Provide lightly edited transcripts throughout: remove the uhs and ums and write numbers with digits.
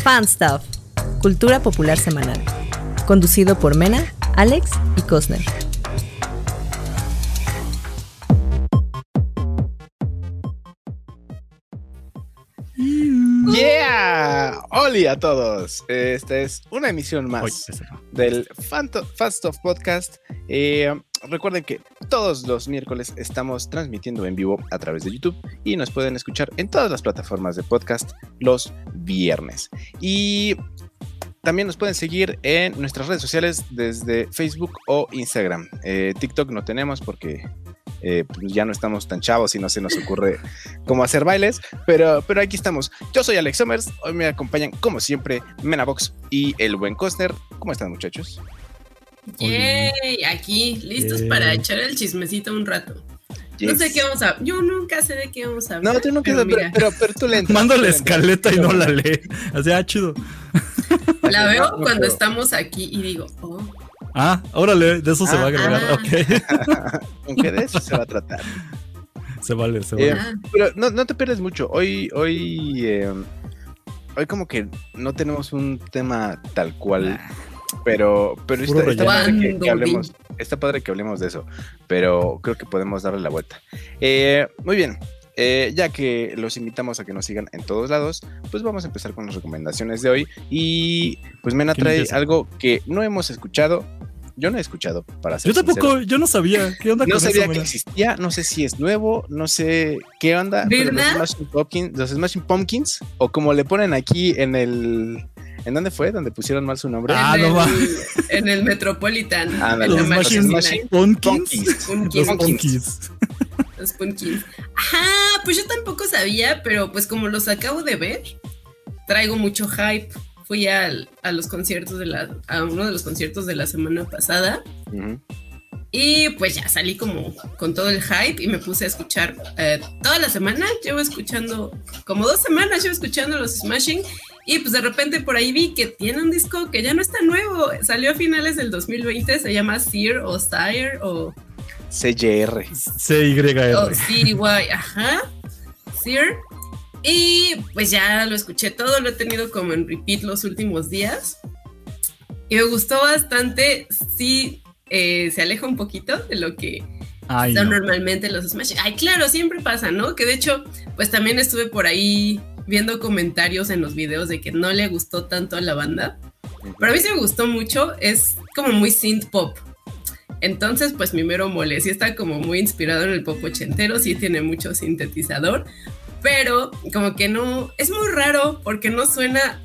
Fan Stuff, cultura popular semanal, conducido por Mena, Alex y Cosner. ¡Yeah! ¡Hola a todos! Esta es una emisión más del Fan Stuff Podcast. Recuerden que todos los miércoles estamos transmitiendo en vivo a través de YouTube y nos pueden escuchar en todas las plataformas de podcast los viernes. Y también nos pueden seguir en nuestras redes sociales desde Facebook o Instagram. TikTok no tenemos porque pues ya no estamos tan chavos y no se nos ocurre cómo hacer bailes, pero aquí estamos. Yo soy Alex Somers, hoy me acompañan como siempre Menabox y el buen Costner. ¿Cómo están, muchachos? Yay, aquí listos para echar el chismecito un rato. Yes. No sé qué vamos a... Yo nunca sé de qué vamos a hablar. No, tú nunca sabes, pero tú le entras. Mando la escaleta y no la lee. Así, chido. La veo cuando estamos aquí y digo, oh. Órale, de eso se va a agregar, ok. Aunque de eso se va a tratar. Se vale. Pero no te pierdes mucho. Hoy como que no tenemos un tema tal cual, pero está padre que hablemos de eso, pero creo que podemos darle la vuelta. Muy bien. Ya que los invitamos a que nos sigan en todos lados, pues vamos a empezar con las recomendaciones de hoy. Y pues Mena trae algo que no hemos escuchado. Yo no he escuchado, para ser sincero. Tampoco, yo no sabía. ¿Qué onda con eso? No sabía que existía, no sé si es nuevo, no sé qué onda. ¿Verdad? Los Smashing Pumpkins, o como le ponen aquí en el... ¿En dónde fue? ¿Donde pusieron mal su nombre? En el Metropolitan. Los Smashing Pumpkins. Los Pumpkins. Ajá, pues yo tampoco sabía, pero pues como los acabo de ver, traigo mucho hype. Fui a los conciertos a uno de los conciertos de la semana pasada. Uh-huh. Y pues ya salí como con todo el hype y me puse a escuchar toda la semana. Llevo escuchando, como 2 semanas llevo escuchando los Smashing. Y pues de repente por ahí vi que tiene un disco que ya no está nuevo. Salió a finales del 2020, se llama Sear o Sire o... CYR. CYR. O CY, ajá. Sear. Y pues ya lo escuché todo, lo he tenido como en repeat los últimos días. Y me gustó bastante. Sí, se aleja un poquito de lo que son normalmente los Smash. Ay, claro, siempre pasa, ¿no? Que de hecho, pues también estuve por ahí viendo comentarios en los videos de que no le gustó tanto a la banda. Pero a mí sí me gustó mucho, es como muy synth pop. Entonces, pues mi mero mole, sí está como muy inspirado en el pop ochentero, sí tiene mucho sintetizador, pero como que no, es muy raro porque no suena,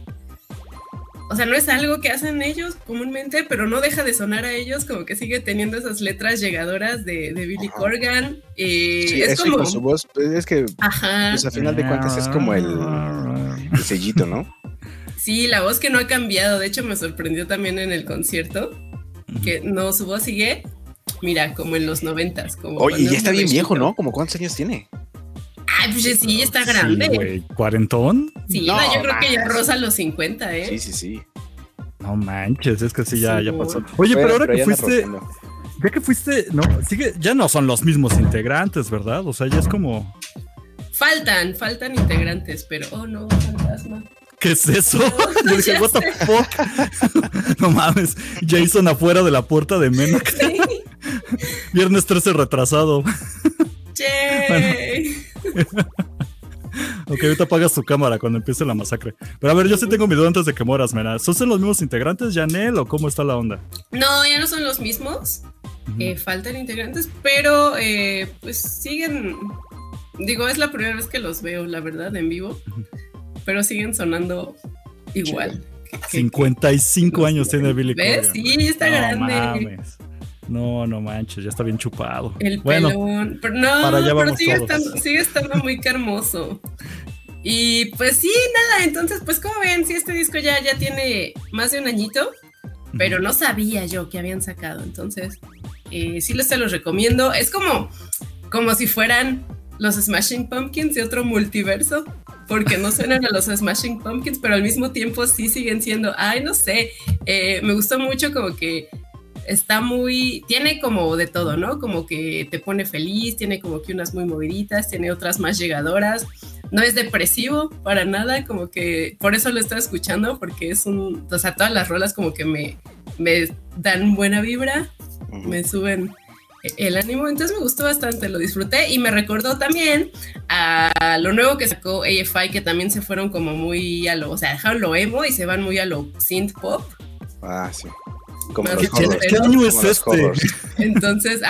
o sea, no es algo que hacen ellos comúnmente, pero no deja de sonar a ellos, como que sigue teniendo esas letras llegadoras de Billy Corgan. Sí, es como su voz, es que pues a final de cuentas es como el sellito, ¿no? Sí, la voz que no ha cambiado, de hecho me sorprendió también en el concierto, que no, su voz sigue, mira, como en los 90s. Oye, ya está bien viejo, ¿no? ¿Como cuántos años tiene? Ay, pues sí, está grande. Sí, güey, ¿cuarentón? Sí, no, yo creo que ya roza los 50, ¿eh? Sí. No manches, es que sí, ya pasó. Oye, pero ahora que fuiste... Ya que fuiste, no, ya no son los mismos integrantes, ¿verdad? O sea, ya es como... Faltan integrantes, pero... Oh, no, fantasma. ¿Qué es eso? Yo dije, what the fuck. No mames, Jason afuera de la puerta de Mena. Sí. Viernes 13 retrasado. Yay. Ok, ahorita apagas tu cámara cuando empiece la masacre. Pero a ver, yo sí tengo mi duda antes de que mueras, Mena. ¿Son los mismos integrantes, Janel, o cómo está la onda? No, ya no son los mismos. Faltan integrantes, pero pues siguen... Digo, es la primera vez que los veo, la verdad, en vivo. Pero siguen sonando igual. 55 años tiene Billy Corgan. ¿Ves? Sí, está grande. Mames. No manches, ya está bien chupado. El pelón. Pero no, para allá pero vamos sigue estando muy hermoso. Y pues sí, nada, entonces pues como ven, sí, este disco ya tiene más de un añito, pero no sabía yo que habían sacado. Entonces, sí se los recomiendo. Es como si fueran los Smashing Pumpkins de otro multiverso, porque no suenan a los Smashing Pumpkins, pero al mismo tiempo sí siguen siendo, no sé, me gustó mucho, como que está muy, tiene como de todo, ¿no? Como que te pone feliz, tiene como que unas muy moviditas, tiene otras más llegadoras, no es depresivo para nada, como que por eso lo estoy escuchando, porque o sea, todas las rolas como que me dan buena vibra, me suben el ánimo, entonces me gustó bastante, lo disfruté y me recordó también a lo nuevo que sacó AFI, que también se fueron como muy o sea, dejaron lo emo y se van muy a lo synth pop. Ah, sí. Como ¿Qué año es este? Entonces,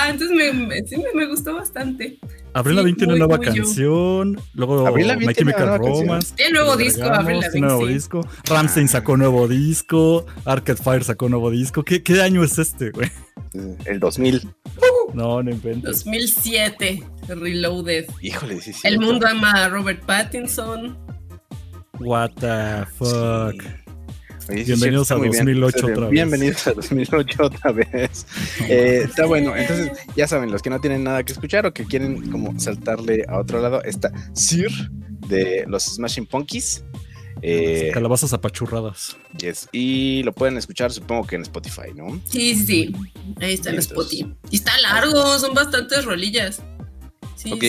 me gustó bastante. Avril Lavigne tiene nueva canción. Luego My Chemical Romance. Tiene nuevo disco, Avril Lavigne. Nuevo disco. Rammstein sacó nuevo disco. Arcade Fire sacó nuevo disco. ¿Qué año es este, güey? El 2000. No inventes. 2007. Reloaded. Híjole, sí. El mundo ama a Robert Pattinson. What the fuck. Oye, bienvenidos a 2008 otra vez. Bienvenidos a 2008 otra vez. Está bueno. Entonces, ya saben, los que no tienen nada que escuchar o que quieren como saltarle a otro lado, está Sir de los Smashing Pumpkins. Calabazas apachurradas. Yes. Y lo pueden escuchar, supongo que en Spotify, ¿no? Sí. Ahí está en Spotify. Y está largo, son bastantes rolillas. Sí. Ok.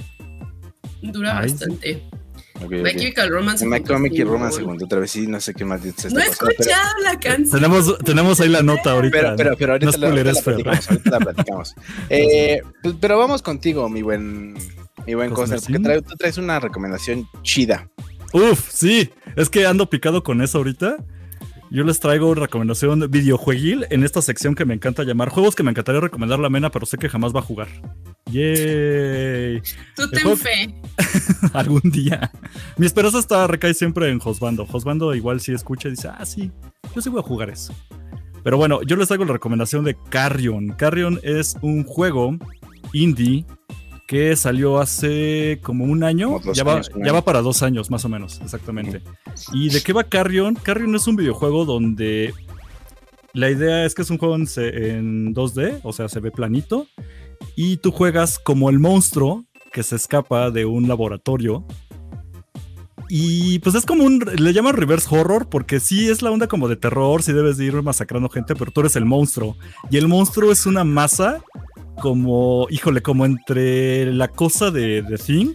Dura bastante. Okay. My Chemical Romance. My Chemical Romance segundo, otra vez sí, no sé qué más dices. No he escuchado la canción. Tenemos ahí la nota ahorita. Pero ahorita, no la platicamos. Pero vamos contigo, mi buen Cosner, porque tú traes una recomendación chida. Uf, sí, es que ando picado con eso ahorita. Yo les traigo una recomendación videojueguil en esta sección que me encanta llamar juegos que me encantaría recomendar la Mena, pero sé que jamás va a jugar. ¡Yay! Tú ten fe. Algún día. Mi esperanza recae siempre en Josbando. Josbando igual si escucha y dice, sí, yo sí voy a jugar eso. Pero bueno, yo les traigo la recomendación de Carrion. Carrion es un juego indie que salió hace como un año, ya va para 2 años más o menos, exactamente. ¿Y de qué va Carrion? Carrion es un videojuego donde la idea es que es un juego en 2D, o sea, se ve planito, y tú juegas como el monstruo que se escapa de un laboratorio. Y pues es como le llaman reverse horror, porque sí es la onda como de terror, sí debes de ir masacrando gente, pero tú eres el monstruo. Y el monstruo es una masa como entre la cosa de The Thing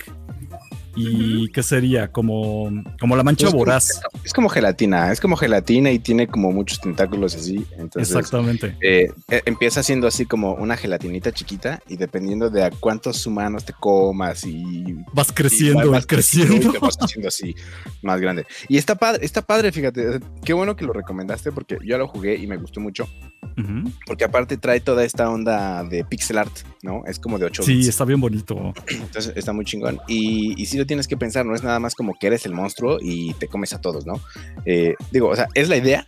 y ¿qué sería? Como la mancha voraz. Es como gelatina y tiene como muchos tentáculos así. Entonces, exactamente. Empieza siendo así como una gelatinita chiquita y dependiendo de a cuántos humanos te comas y vas creciendo, y te vas haciendo así más grande. Y está padre, fíjate, qué bueno que lo recomendaste porque yo lo jugué y me gustó mucho. Porque aparte trae toda esta onda de pixel art, ¿no? Es como de 8 bits. Sí, está bien bonito. Entonces está muy chingón. Y sí lo tienes que pensar, no es nada más como que eres el monstruo y te comes a todos, ¿no? O sea, es la idea,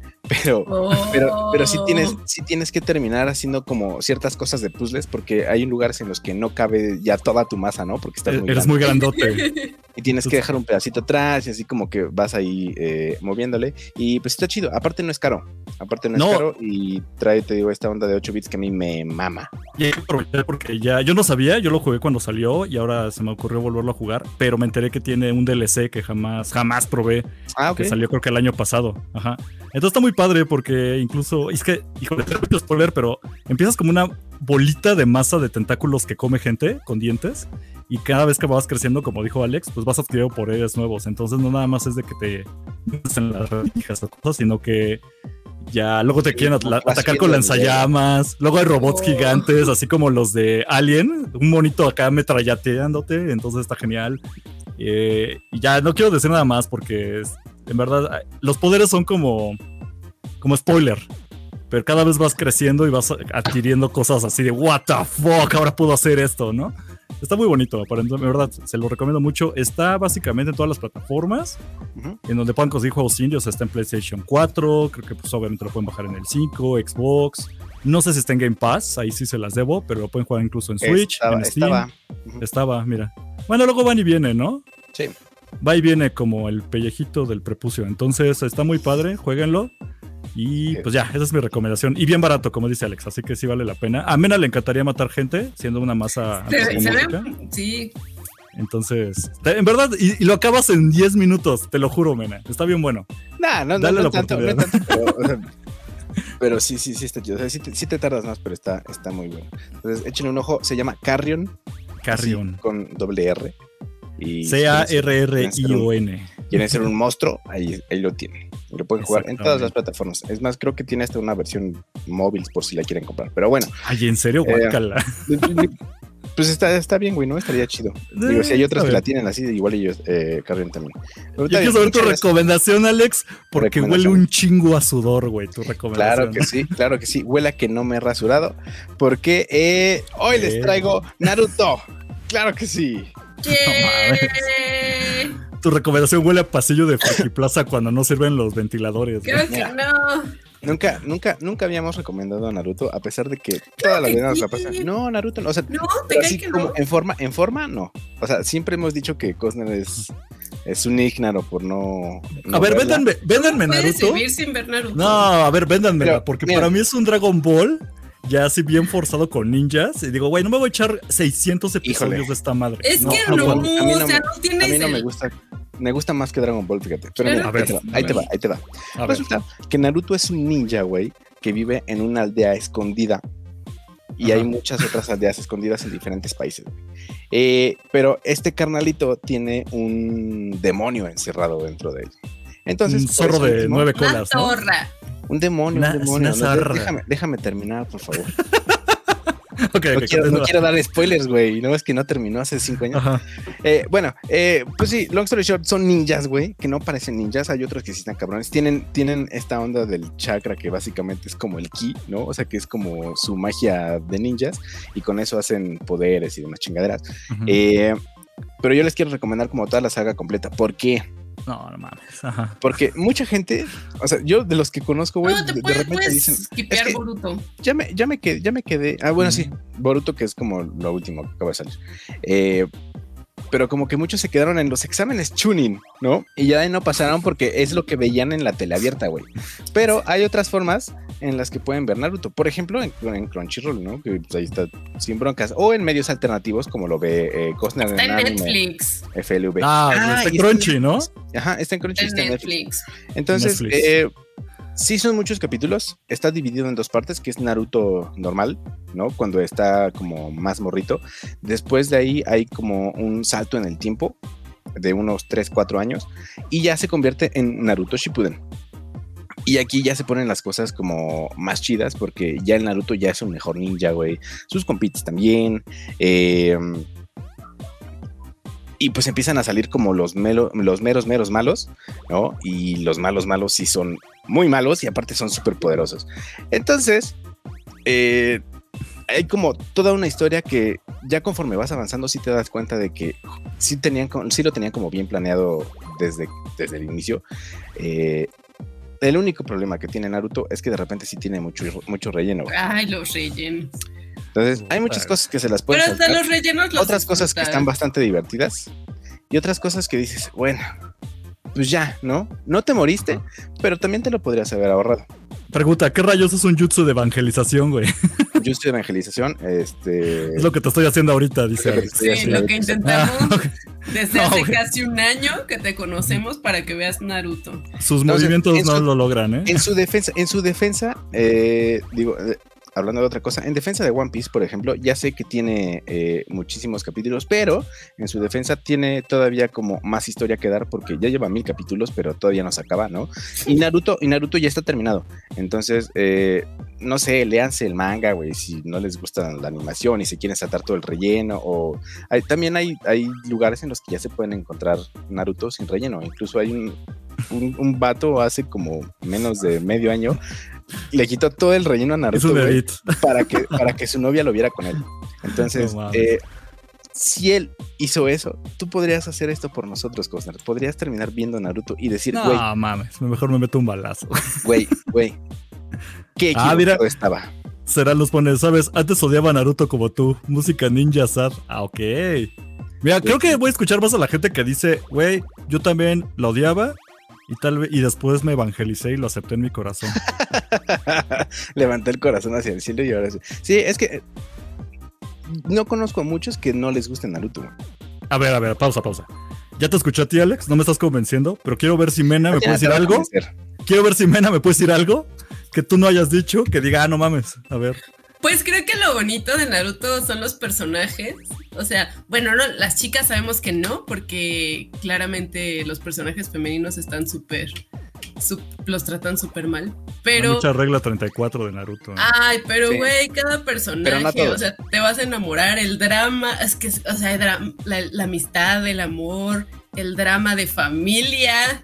pero sí tienes que terminar haciendo como ciertas cosas de puzzles porque hay lugares en los que no cabe ya toda tu masa, ¿no? Porque eres muy grandote. Y tienes que dejar un pedacito atrás y así como que vas ahí moviéndole. Y pues está chido. Aparte no es caro. Caro y trae, te digo, esta onda de 8 bits que a mí me mama. Y hay que aprovechar porque yo no sabía, yo lo jugué cuando salió y ahora se me ocurrió volverlo a jugar, pero me enteré que tiene un DLC que jamás probé, que salió creo que el año pasado. Ajá. Entonces está muy padre porque incluso, es que, híjole, te voy a spoiler, pero empiezas como una bolita de masa de tentáculos que come gente con dientes y cada vez que vas creciendo, como dijo Alex, pues vas adquiriendo poderes nuevos. Entonces no nada más es de que te metes en las rendijas o cosas, sino que ya luego te quieren atacar con lanzallamas. Luego hay robots gigantes, así como los de Alien, un monito acá metrallateándote, entonces está genial. Y ya no quiero decir nada más porque en verdad los poderes son como spoiler, pero cada vez vas creciendo y vas adquiriendo cosas así de what the fuck, ahora puedo hacer esto, ¿no? Está muy bonito, en verdad, se lo recomiendo mucho. Está básicamente en todas las plataformas en donde puedan conseguir juegos indios. Está en PlayStation 4, creo que pues obviamente lo pueden bajar en el 5, Xbox. No sé si está en Game Pass, ahí sí se las debo, pero lo pueden jugar incluso en Switch, en Steam. Estaba, mira. Bueno, luego van y vienen, ¿no? Sí. Va y viene como el pellejito del prepucio. Entonces está muy padre, jueguenlo. Y pues ya, esa es mi recomendación. Y bien barato, como dice Alex, así que sí vale la pena. A Mena le encantaría matar gente, siendo una masa. Sí. Entonces, en verdad, y lo acabas en 10 minutos, te lo juro, Mena. Está bien bueno. No tanto, pero sí está chido. O sea, sí te tardas más, pero está muy bueno. Entonces, échenle un ojo. Se llama Carrion. Carrion. Con doble R. CARRRION. Quieren ser un monstruo, ahí lo tienen. Lo pueden jugar en todas las plataformas. Es más, creo que tiene hasta una versión móvil por si la quieren comprar. Pero bueno. Ay, ¿en serio? Guácala. Pues está bien, güey, ¿no? Estaría chido. Digo, si hay otras que la tienen así, igual ellos Carrion también. Yo quiero saber tu recomendación, Alex, porque huele un chingo a sudor, güey, tu recomendación. Claro que sí. Huele a que no me he rasurado, porque hoy les traigo Naruto. Claro que sí. No, tu recomendación huele a pasillo de Friki Plaza cuando no sirven los ventiladores. Creo que no. Nunca habíamos recomendado a Naruto, a pesar de que toda la vida nos la pasa. No, Naruto no. O sea, no, te cae que como no. En forma, no. O sea, siempre hemos dicho que Cosner es un ignaro por no. A ver, véndanme Naruto. ¿Puedes vivir sin ver Naruto? No, a ver, véndanmela, porque para mí es un Dragon Ball ya así bien forzado con ninjas. Y digo, güey, no me voy a echar 600 episodios de esta madre. Es que no, o sea, no tienes. A mí no me gusta. Me gusta más que Dragon Ball, fíjate. Pero mira, ahí te va. Resulta que Naruto es un ninja, güey, que vive en una aldea escondida. Y hay muchas otras aldeas escondidas en diferentes países. Pero este carnalito tiene un demonio encerrado dentro de él. Entonces, un zorro de 9 colas, ¿no? Un demonio. Déjame terminar, por favor. No quiero dar spoilers, güey. No es que no terminó hace 5 años. Pues sí, long story short, son ninjas, güey, que no parecen ninjas. Hay otros que sí están cabrones. Tienen esta onda del chakra que básicamente es como el ki, ¿no? O sea, que es como su magia de ninjas y con eso hacen poderes y demás chingaderas. Pero yo les quiero recomendar como toda la saga completa. ¿Por qué? No mames. Porque mucha gente, o sea, yo de los que conozco, güey, de repente dicen, skipear es que Boruto. Ya me quedé. Bueno, sí, Boruto, que es como lo último que acaba de salir. Pero como que muchos se quedaron en los exámenes Chunin, ¿no? Y ya no pasaron porque es lo que veían en la tele abierta, güey. Pero hay otras formas en las que pueden ver Naruto. Por ejemplo, en Crunchyroll, ¿no? Que pues, ahí está sin broncas. O en medios alternativos como lo ve Cosner en Netflix. FLV. Está en Crunchy, ¿no? Ajá, está en Crunchy. Está en Netflix. Entonces, sí son muchos capítulos. Está dividido en 2 partes, que es Naruto normal, ¿no? Cuando está como más morrito. Después de ahí hay como un salto en el tiempo de unos 3-4 años y ya se convierte en Naruto Shippuden. Y aquí ya se ponen las cosas como más chidas porque ya el Naruto ya es un mejor ninja, güey. Sus compites también. Y pues empiezan a salir como los meros malos, ¿no? Y los malos sí son muy malos y aparte son súper poderosos. Entonces, hay como toda una historia que ya conforme vas avanzando sí te das cuenta de que sí lo tenían como bien planeado desde el inicio. El único problema que tiene Naruto es que de repente sí tiene mucho relleno. Ay, los rellenos. Entonces, hay muchas cosas que se las pueden Pero hasta los rellenos otras cosas que están bastante divertidas y otras cosas que dices, bueno, pues ya, ¿no? No te moriste, pero también te lo podrías haber ahorrado. Pregunta, ¿qué rayos es un jutsu de evangelización, güey? Jutsu de evangelización, Es lo que te estoy haciendo ahorita, dice. Sí, lo que intentamos desde hace casi un año que te conocemos para que veas Naruto. Sus movimientos no lo logran, ¿eh? En su defensa, hablando de otra cosa, en defensa de One Piece, por ejemplo, ya sé que tiene muchísimos capítulos, pero en su defensa tiene todavía como más historia que dar porque ya lleva 1000 capítulos, pero todavía no se acaba, ¿no? Y Naruto ya está terminado. Entonces, no sé, léanse el manga, güey, si no les gusta la animación y se quieren saltar todo el relleno. O también hay lugares en los que ya se pueden encontrar Naruto sin relleno. Incluso hay un vato hace como menos de medio año le quitó todo el relleno a Naruto, güey, para que su novia lo viera con él. Entonces, si él hizo eso, tú podrías hacer esto por nosotros, Cosner. Podrías terminar viendo Naruto y decir, güey, no mames, mejor me meto un balazo. Güey, qué equivocado estaba. Será los pone, ¿sabes? Antes odiaba a Naruto como tú. Música ninja sad. Ok. Mira, creo que voy a escuchar más a la gente que dice, güey, yo también la odiaba. Y después me evangelicé y lo acepté en mi corazón. Levanté el corazón hacia el cielo y ahora sí. Sí, es que no conozco a muchos que no les guste Naruto, güey. A ver, pausa. Ya te escuché a ti, Alex, no me estás convenciendo, pero quiero ver si Mena me puede decir algo. Quiero ver si Mena me puede decir algo que tú no hayas dicho, que diga, no mames, a ver. Pues creo que lo bonito de Naruto son los personajes. O sea, bueno, no, las chicas sabemos que no, porque claramente los personajes femeninos están los tratan súper mal. Pero. Hay mucha regla 34 de Naruto. Ay, pero güey, cada personaje, o sea, te vas a enamorar, el drama, es que, o sea, la amistad, el amor, el drama de familia,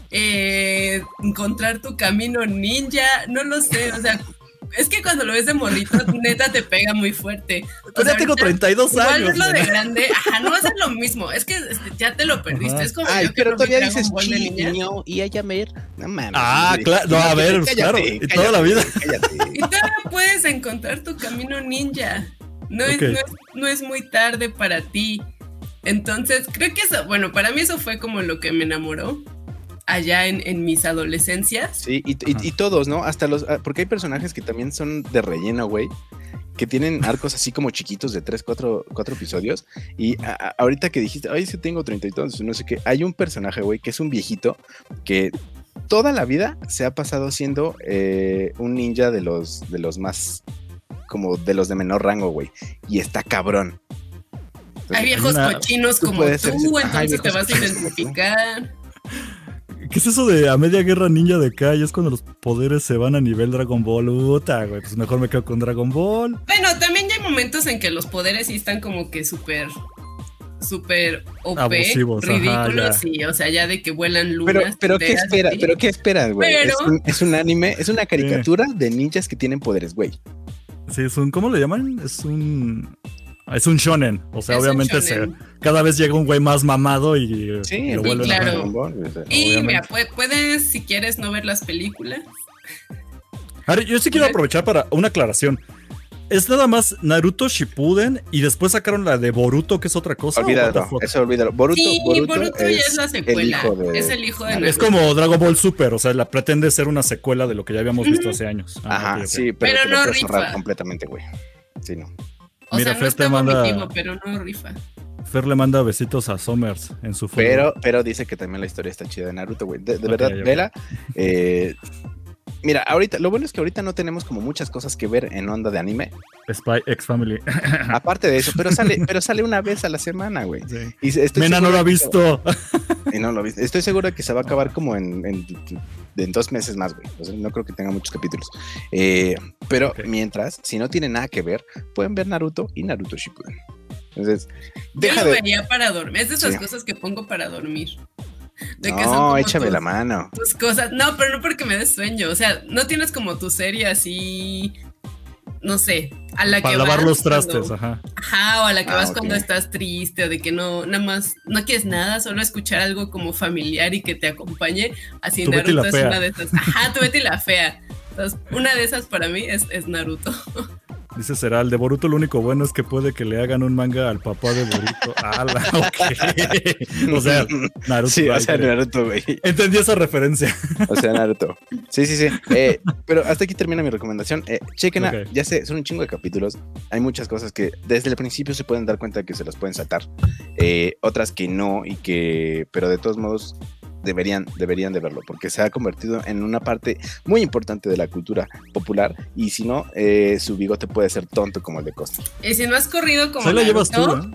encontrar tu camino ninja, no lo sé, o sea. Es que cuando lo ves de morrito, neta te pega muy fuerte. Pero ya tengo 32 años. Igual lo de grande, no va a ser lo mismo. Es que ya te lo perdiste. Es como yo pero todavía dices niño y ella ver. No mames. Claro. No, a ver, claro. Y toda la vida. Y todavía puedes encontrar tu camino ninja. No es muy tarde para ti. Entonces, creo que eso, bueno, para mí eso fue como lo que me enamoró allá en mis adolescencias. Sí, y todos, ¿no? Hasta porque hay personajes que también son de relleno, güey, que tienen arcos así como chiquitos de 3, 4 episodios. Y ahorita que dijiste, ay, sí tengo 30 y todos, no sé qué, hay un personaje, güey, que es un viejito que toda la vida se ha pasado siendo un ninja de los más, como de los de menor rango, güey, y está cabrón. Entonces, hay viejos cochinos como tú, entonces te vas a identificar. ¿Qué es eso de a media guerra ninja de Kai? Es cuando los poderes se van a nivel Dragon Ball. Güey, pues mejor me quedo con Dragon Ball. Bueno, también ya hay momentos en que los poderes sí están como que súper OP, abusivos, ridículos, sí, o sea, ya de que vuelan lunas. Pero ¿qué esperas? ¿Pero qué esperas, güey? Es un anime, es una caricatura de ninjas que tienen poderes, güey. Sí, ¿cómo le llaman? Es un shonen, o sea, obviamente cada vez llega un güey más mamado y lo vuelven a Dragon Ball. Y mira, puedes, si quieres, no ver las películas. Ahora, yo sí quiero aprovechar para una aclaración. Es nada más Naruto Shippuden y después sacaron la de Boruto, que es otra cosa. Olvídalo. Boruto ya es la secuela. Es el hijo de Naruto. Es como Dragon Ball Super, o sea, pretende ser una secuela de lo que ya habíamos visto hace años. Ajá, sí, pero no rifa completamente, güey. Sí, no. O sea, no está vomitivo, pero no rifa. Fer le manda besitos a Somers en su foto. Pero dice que también la historia está chida de Naruto, güey. De verdad, vela. Mira, ahorita, lo bueno es que ahorita no tenemos como muchas cosas que ver en onda de anime. Spy X Family. Aparte de eso, pero sale una vez a la semana, güey. Sí. Mena no lo ha visto. Y no lo viste. Estoy seguro que se va a acabar como en 2 meses más, güey. O sea, no creo que tenga muchos capítulos. Pero mientras, si no tiene nada que ver, pueden ver Naruto y Naruto Shippuden. Entonces, yo lo vería para dormir. Es de esas cosas que pongo para dormir. No, échame la mano. Tus cosas. No, pero no porque me des sueño. O sea, no tienes como tu serie así. No sé, a la para que lavar vas los trastes, o a la que vas cuando estás triste o de que no, nada más, no quieres nada, solo escuchar algo como familiar y que te acompañe. Así Naruto es una de esas. Tu Betty la Fea. Entonces, una de esas para mí es Naruto. Dice Seral, de Boruto lo único bueno es que puede que le hagan un manga al papá de Boruto. O sea, Naruto. Sí, o sea, Naruto, güey. Entendí esa referencia. O sea, Naruto. Sí. Pero hasta aquí termina mi recomendación. Chequen, ya sé, son un chingo de capítulos. Hay muchas cosas que desde el principio se pueden dar cuenta que se las pueden saltar. Otras que no, pero de todos modos deberían de verlo, porque se ha convertido en una parte muy importante de la cultura popular, y si no, su bigote puede ser tonto como el de Costa. Y si no has corrido como Naruto, la llevas tú, ¿no?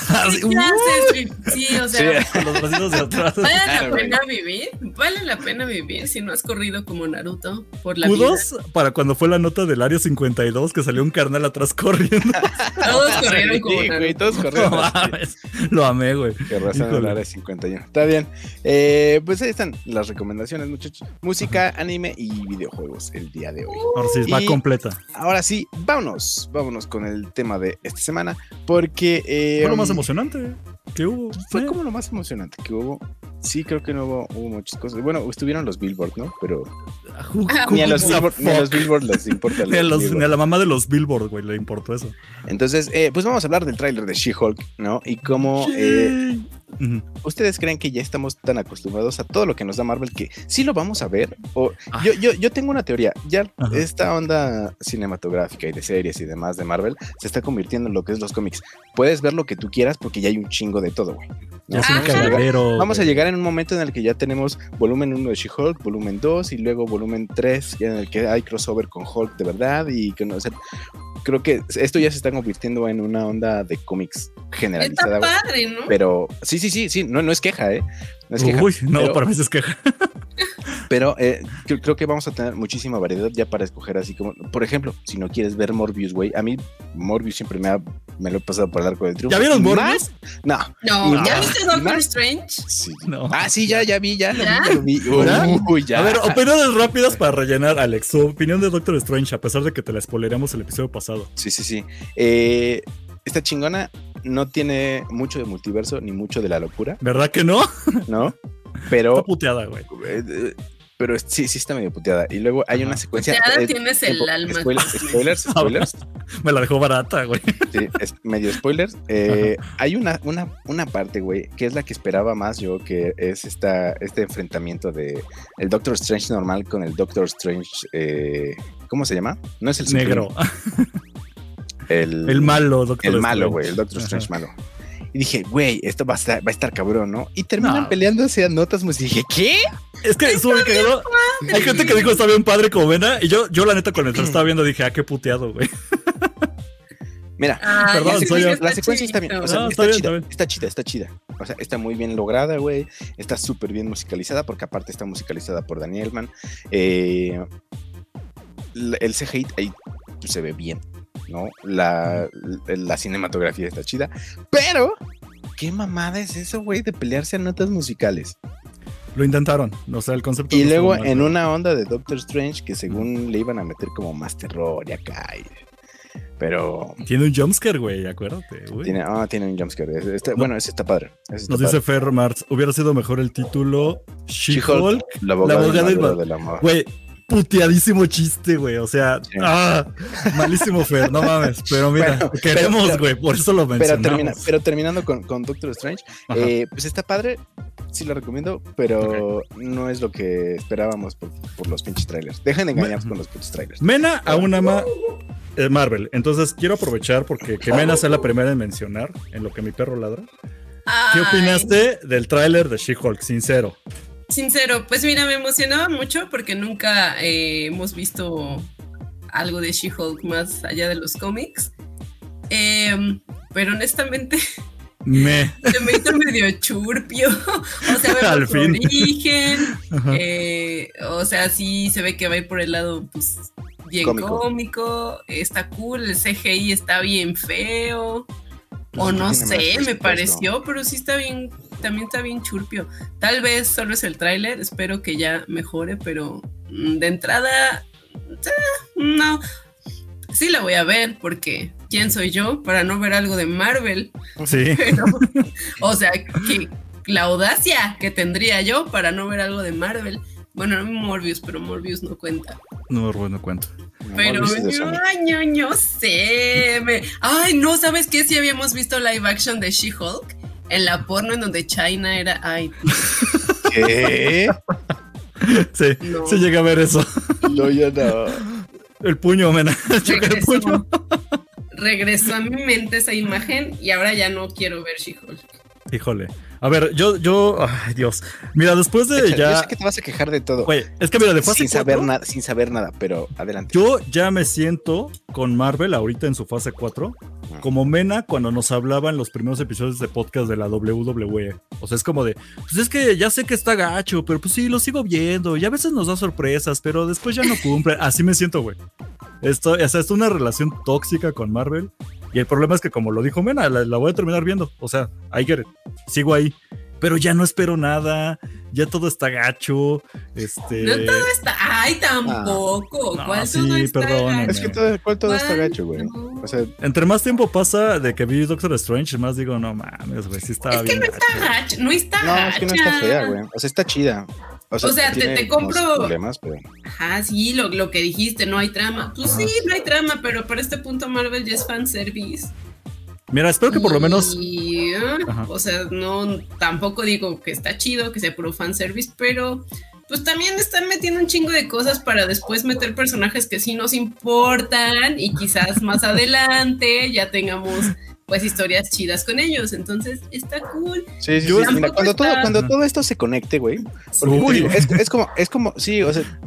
Sí, o sea, con los bracitos de atrás. Vale la pena vivir si no has corrido como Naruto por la ¿Kudos? vida. Para cuando fue la nota del Área 52 que salió un carnal atrás corriendo. Todos corrieron como Naruto. Güey, todos corrieron. No, lo amé, güey. Que razón el Área 51. Está bien. Pues ahí están las recomendaciones, muchachos. Música, anime y videojuegos el día de hoy. Ahora sí, va completa. Ahora sí, vámonos con el tema de esta semana, porque fue lo más emocionante que hubo. Fue como lo más emocionante que hubo. Sí, creo que no hubo muchas cosas. Bueno, estuvieron los Billboard, ¿no? Pero ni a los Billboard les importa. Ni a la mamá de los Billboard, güey, le importó eso. Entonces, pues vamos a hablar del tráiler de She-Hulk, ¿no? Y cómo ¿ustedes creen que ya estamos tan acostumbrados a todo lo que nos da Marvel que sí lo vamos a ver? O yo tengo una teoría. Ya esta onda cinematográfica y de series y demás de Marvel se está convirtiendo en lo que es los cómics. Puedes ver lo que tú quieras porque ya hay un chingo de todo, güey. Vamos a llegar en un momento en el que ya tenemos volumen 1 de She-Hulk, volumen 2 y luego volumen 3 en el que hay crossover con Hulk de verdad y que no, o sea, creo que esto ya se está convirtiendo en una onda de cómics generalizada. Está padre, ¿no? Pero sí, no es queja, No es queja. Uy, no, pero, para mí es queja. Pero creo que vamos a tener muchísima variedad ya para escoger, así como, por ejemplo, si no quieres ver Morbius, güey, a mí Morbius siempre me lo he pasado por el arco del triunfo. ¿Ya vieron Morbius? No. ¿Ya viste Doctor Strange? Sí. No. Sí, ya vi. Uy, ya. A ver, opiniones rápidas para rellenar, Alex. Su opinión de Doctor Strange, a pesar de que te la spoileramos el episodio pasado. Sí. Esta chingona no tiene mucho de multiverso ni mucho de la locura. ¿Verdad que no? No, pero... Está puteada, güey. Pero sí está medio puteada. Y luego hay una secuencia... Puteada tienes el alma. Spoilers. Me la dejó barata, güey. Sí, es medio spoilers. Hay una parte, güey, que es la que esperaba más yo, que es este enfrentamiento de el Doctor Strange normal con el Doctor Strange... ¿cómo se llama? No es el negro. El malo, Doctor Strange. El malo, güey, el Doctor Strange malo. Y dije, güey, esto va a estar cabrón, ¿no? Y terminan peleándose a notas musicales. Dije, ¿qué? Es que es muy cagado. Hay gente que dijo está bien padre como Mena. Y yo la neta, cuando estaba viendo, dije, qué puteado, güey. Mira, perdón, la secuencia está bien. O sea, está chida. O sea, está muy bien lograda, güey. Está súper bien musicalizada, porque aparte está musicalizada por Danny Elfman. El CGI ahí se ve bien, ¿no? La cinematografía está chida, pero ¿qué mamada es eso, güey, de pelearse a notas musicales? Lo intentaron, o sea, el concepto. Y luego en una onda de Doctor Strange que según le iban a meter como más terror y acá, pero... Tiene un jumpscare, güey, acuérdate. Tiene un jumpscare. Bueno, ese está padre. Dice Fer Martz, hubiera sido mejor el título She-Hulk, la abogada del amor. Güey, puteadísimo chiste, güey. O sea, malísimo, Fer, no mames. Pero mira, queremos, güey, por eso lo mencionamos. Pero terminando con Doctor Strange, pues está padre, sí lo recomiendo, pero no es lo que esperábamos por los pinches trailers. Dejen de engañarnos con los pinches trailers. Mena aún ama Marvel, entonces quiero aprovechar porque que Mena sea la primera en mencionar en lo que mi perro ladra. ¿Qué opinaste del tráiler de She-Hulk? Sincero, pues mira, me emocionaba mucho porque nunca hemos visto algo de She-Hulk más allá de los cómics. Pero honestamente se me hizo medio churpio. O sea, vemos su origen. O sea, sí se ve que va a ir por el lado, pues, bien cómico. Está cool, el CGI está bien feo. O no sé, me pareció, pero sí está bien. También está bien churpio. Tal vez solo es el tráiler, espero que ya mejore, pero de entrada no. Sí la voy a ver porque ¿quién soy yo para no ver algo de Marvel? Sí. Pero, o sea, que la audacia que tendría yo para no ver algo de Marvel. Bueno, no Morbius, pero Morbius no cuenta. No cuento. Pero no sé. Ay, no, ¿sabes qué? Si habíamos visto live action de She-Hulk en la porno en donde China era... Ay, ¿qué? Sí, no. Sí llegué a ver eso. No, ya no. El puño, Mena. Regresó a mi mente esa imagen y ahora ya no quiero ver She-Hulk. Híjole. A ver, yo, ay, Dios. Mira, después de yo sé que te vas a quejar de todo. Güey, es que mira, sin saber nada, pero adelante. Yo ya me siento con Marvel ahorita en su fase 4, como Mena cuando nos hablaban los primeros episodios de podcast de la WWE. O sea, es como de, pues es que ya sé que está gacho, pero pues sí, lo sigo viendo y a veces nos da sorpresas, pero después ya no cumple. Así me siento, güey. O sea, es una relación tóxica con Marvel. Y el problema es que, como lo dijo Mena, la voy a terminar viendo. O sea, I get it. Sigo ahí. Pero ya no espero nada. Ya todo está gacho. No todo está... Ay, tampoco. No, ¿Cuál sí, todo está perdóname. gacho? Es que ¿cuál todo está gacho, güey? O sea... Entre más tiempo pasa de que vi Doctor Strange, más digo, no mames, güey, sí estaba bien gacho. No está gacho. No, es que no está fea, güey. O sea, está chida. O sea te compro... problemas, pero... Ajá, sí, lo que dijiste, no hay trama. Pues sí, no hay trama, pero para este punto Marvel ya es fanservice. Mira, espero que por lo menos... o sea, no, tampoco digo que está chido, que sea puro fanservice, pero pues también están metiendo un chingo de cosas para después meter personajes que sí nos importan y quizás más adelante ya tengamos pues historias chidas con ellos, entonces está cool. Sí, mira, cuando todo esto se conecte, güey, es como, sí, o sea,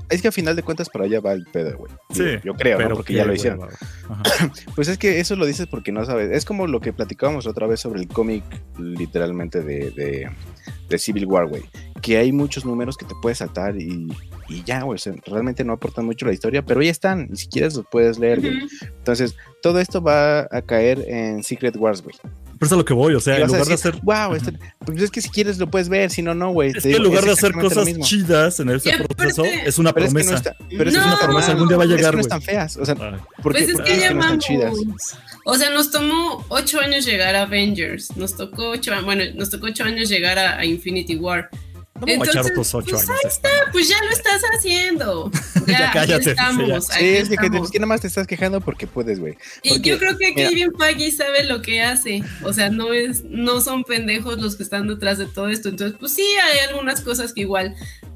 es que a final de cuentas para allá va el pedo, güey. Sí, yo creo, pero ¿no? Porque ya lo hicieron. Pues es que eso lo dices porque no sabes. Es como lo que platicábamos otra vez sobre el cómic, literalmente, de Civil War, güey. Que hay muchos números que te puedes saltar y ya, güey. O sea, realmente no aportan mucho a la historia, pero ya están. Y si quieres los puedes leer, güey. Entonces, todo esto va a caer en Secret Wars, güey. Pero eso es a lo que voy, o sea, en lugar de hacer... Wow, pues es que si quieres lo puedes ver, si no, no, güey. Es que en lugar de hacer cosas chidas en ese proceso, es una promesa. Pero es una promesa, algún día va a llegar, güey. No están feas, o sea, pues es que ya no están chidas. O sea, nos tomó 8 años llegar a Avengers, nos tocó 8 años llegar a Infinity War. No me voy a echar otros 8 años. Ahí está, pues ya lo estás haciendo. Ya cállate. Estamos, sí, es que nada más te estás quejando porque puedes, güey. Y yo creo que Kevin Feige sabe lo que hace. O sea, no son pendejos los que están detrás de todo esto. Entonces, pues sí, hay algunas cosas que igual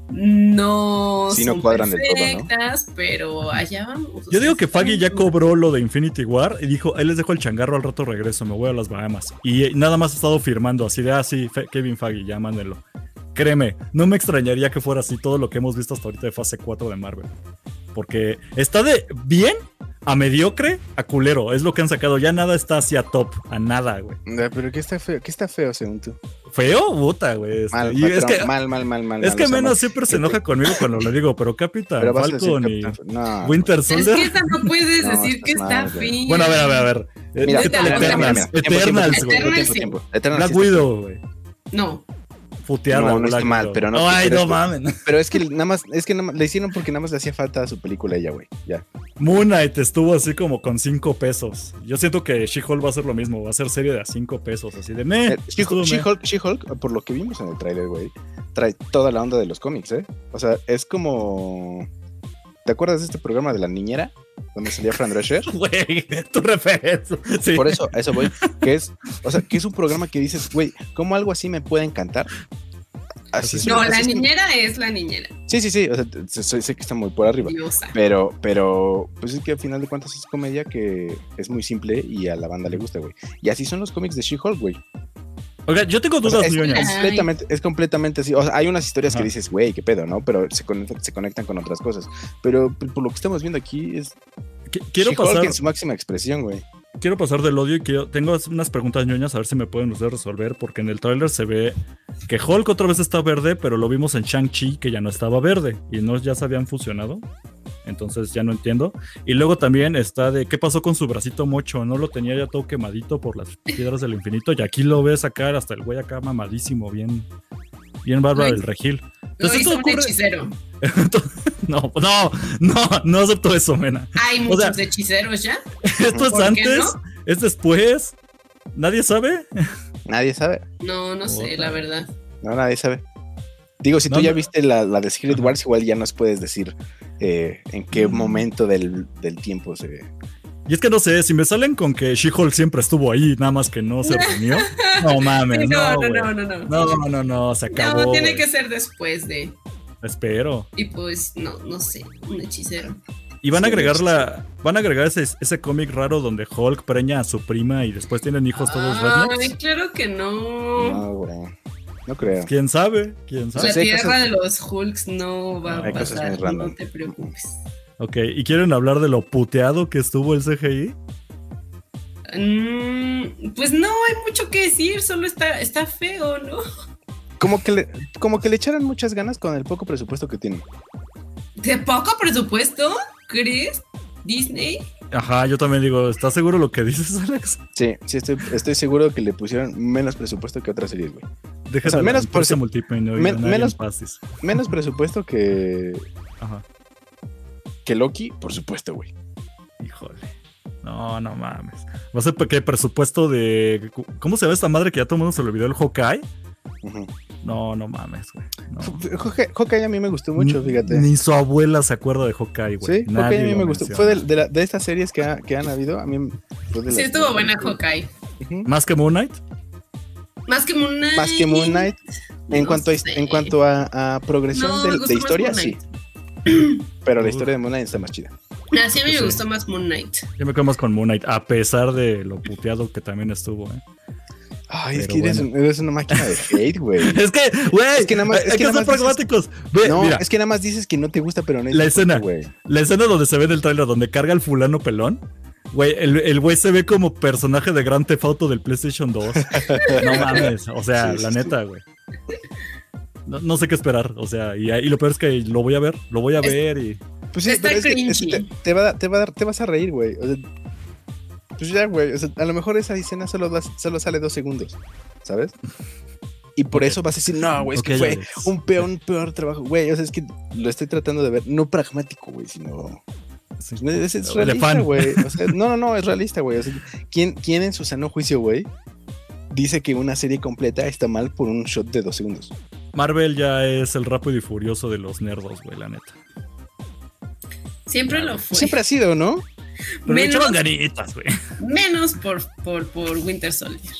no son cuadran perfectas, del todo, ¿no? Pero allá vamos. Yo digo que Feige ya cobró lo de Infinity War y dijo, él les dejó el changarro, al rato regreso, me voy a las Bahamas. Y nada más ha estado firmando así de, sí, Kevin Feige, ya mándenlo. Créeme, no me extrañaría que fuera así todo lo que hemos visto hasta ahorita de fase 4 de Marvel. Porque está de bien a mediocre a culero. Es lo que han sacado. Ya nada está hacia top. A nada, güey. Pero ¿qué está feo? ¿Qué está feo según tú? ¿Feo? Puta, güey. Mal. Es que menos siempre se enoja conmigo cuando le digo, pero Capitán Falcon y Winter Soldier. Es que esa no puedes decir que está feo. Bueno, a ver. Mira, Eternals, güey. Black Widow, güey. No. No está mal, pero no. Ay, no mames. Pero es que nada más le hicieron porque nada más le hacía falta a su película ella, güey. Ya. Moon Knight estuvo así como con 5 pesos. Yo siento que She-Hulk va a hacer lo mismo, va a ser serie de a 5 pesos, así de She-Hulk, por lo que vimos en el tráiler, güey, trae toda la onda de los cómics, ¿eh? O sea, es como... ¿Te acuerdas de este programa de La Niñera? Donde salía Fran Drescher. Güey, tu referencia. Sí. Por eso, a eso voy. Que es un programa que dices, güey, ¿cómo algo así me puede encantar? Así La niñera es La Niñera. Sí. O sea, sé que está muy por arriba. Diosa. Pero, pues es que al final de cuentas es comedia que es muy simple y a la banda le gusta, güey. Y así son los cómics de She-Hulk, güey. Okay, yo tengo dudas, es completamente así. O sea, hay unas historias que dices, güey, qué pedo, ¿no? Pero se conectan con otras cosas. Pero por lo que estamos viendo aquí es quiero pasar en su máxima expresión, güey. Quiero pasar del odio y tengo unas preguntas ñoñas a ver si me pueden ustedes resolver, porque en el tráiler se ve que Hulk otra vez está verde, pero lo vimos en Shang-Chi que ya no estaba verde y no ya se habían fusionado. Entonces ya no entiendo. Y luego también está de qué pasó con su bracito mocho. No lo tenía ya todo quemadito por las piedras del infinito. Y aquí lo ves sacar hasta el güey acá mamadísimo, bien Bárbara del Regil. Entonces, ¿esto ocurre? Un hechicero. No acepto eso, mena. Hay muchos hechiceros ya. ¿Esto es antes? ¿No? ¿Es después? ¿Nadie sabe? Nadie sabe. No sé, la verdad. No, nadie sabe. Digo, si tú ya viste la de Secret Wars, igual ya nos puedes decir en qué momento del tiempo se ve. Y es que no sé, si me salen con que She-Hulk siempre estuvo ahí, nada más que no se reunió. No mames, no, se acabó. No, tiene que ser después de. Espero. Y pues, no sé, un hechicero. Y van a agregar ese cómic raro donde Hulk preña a su prima y después tienen hijos todos rednecks. Ay, claro que no. No, güey. No creo. ¿Quién sabe? La tierra de los Hulks no va a pasar, no te preocupes. Ok, ¿y quieren hablar de lo puteado que estuvo el CGI? Pues no hay mucho que decir, solo está feo, ¿no? Como que le echaron muchas ganas con el poco presupuesto que tienen. ¿De poco presupuesto? ¿Crees? ¿Disney? Ajá, yo también digo, ¿estás seguro de lo que dices, Alex? Sí, estoy seguro que le pusieron menos presupuesto que otras series, güey. Déjame menos menos presupuesto que... Ajá. Que Loki, por supuesto, güey. Híjole. No mames. Va a ser porque presupuesto de... ¿Cómo se ve esta madre que ya todo el mundo se le olvidó? ¿El Hawkeye? Uh-huh. No mames, güey. No. Hawkeye a mí me gustó mucho, fíjate. Ni su abuela se acuerda de Hawkeye, güey. Sí, Hawkeye a mí me gustó. Fue de estas series que han habido, a mí fue de sí, estuvo buena Hawkeye. Uh-huh. ¿Más que Moon Knight? Más que Moon Knight. En cuanto a progresión de historia, sí. Pero la historia de Moon Knight está más chida. Sí, a mí me gustó más Moon Knight. Yo me quedo más con Moon Knight, a pesar de lo puteado que también estuvo, Ay, es que eres una máquina de hate, güey. Es que, güey, hay que ser pragmáticos. Mira. Es que nada más dices que no te gusta, pero no es la escena, güey. La escena donde se ve en el tráiler, donde carga el fulano pelón. Güey, el güey se ve como personaje de Grand Theft Auto del PlayStation 2. No mames, o sea, la neta, güey. No sé qué esperar, o sea, y lo peor es que lo voy a ver y... Pues sí, pero es que te vas a reír, güey. O sea, pues ya, güey, o sea, a lo mejor esa escena solo sale 2 segundos, ¿sabes? Y por eso vas a decir, no, güey, es que fue un peor trabajo, güey. O sea, es que lo estoy tratando de ver, no pragmático, güey, sino... Sí. Es realista, güey. O sea, no, es realista, güey. O sea, ¿quién en su sano juicio, güey, dice que una serie completa está mal por un shot de 2 segundos? Marvel ya es el Rápido y Furioso de los nerdos, güey, la neta. Siempre lo fue. Siempre ha sido, ¿no? Pero le echaban ganitas, güey. Menos por Winter Soldier.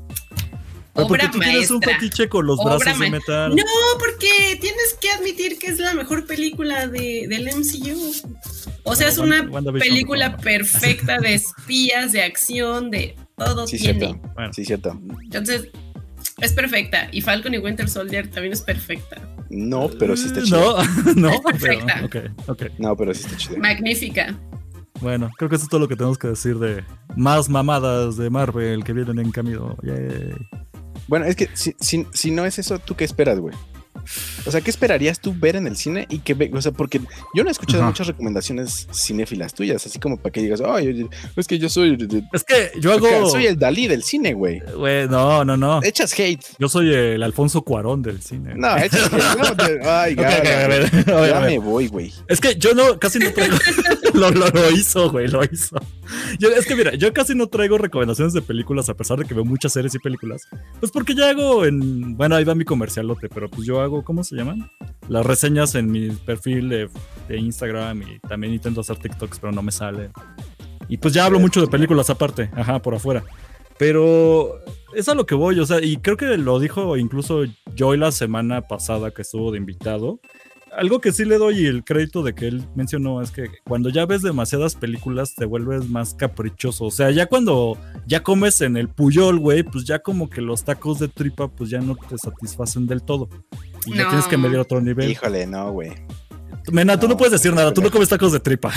Obra maestra. Tienes un fetiche con los brazos de metal. No, porque tienes que admitir que es la mejor película del MCU. O sea, es una película perfecta de espías, de acción, de todo sí, tiene. Cierto. Bueno. Sí, cierto. Entonces, es perfecta. Y Falcon y Winter Soldier también es perfecta. No, pero sí está chida. No, es perfecta. Pero, okay. No, pero sí está chida. Magnífica. Bueno, creo que eso es todo lo que tenemos que decir de más mamadas de Marvel que vienen en camino. Yay. Bueno, es que si no es eso, ¿tú qué esperas, güey? O sea, ¿qué esperarías tú ver en el cine? O sea, porque yo no he escuchado muchas recomendaciones cinéfilas tuyas, así como para que digas, ay, es que yo soy... Es que yo hago... Soy el Dalí del cine, güey. Güey, no. Echas hate. Yo soy el Alfonso Cuarón del cine. No, echas hate. Ay, ya me voy, güey. Es que yo casi no traigo... lo hizo, güey, lo hizo. Es que mira, yo casi no traigo recomendaciones de películas, a pesar de que veo muchas series y películas. Pues porque ya hago bueno, ahí va mi comercialote, pero pues yo hago, ¿cómo se llaman? Las reseñas en mi perfil de Instagram, y también intento hacer TikToks, pero no me sale. Y pues ya hablo mucho de películas aparte, por afuera. Pero es a lo que voy, o sea, y creo que lo dijo incluso Joy la semana pasada que estuvo de invitado. Algo que sí le doy el crédito de que él mencionó es que cuando ya ves demasiadas películas te vuelves más caprichoso. O sea, ya cuando ya comes en el Puyol, güey, pues ya como que los tacos de tripa pues ya no te satisfacen del todo. Y ya tienes que medir otro nivel. Híjole, no, güey. Mena, tú no puedes decir nada, tú no comes tacos de tripa.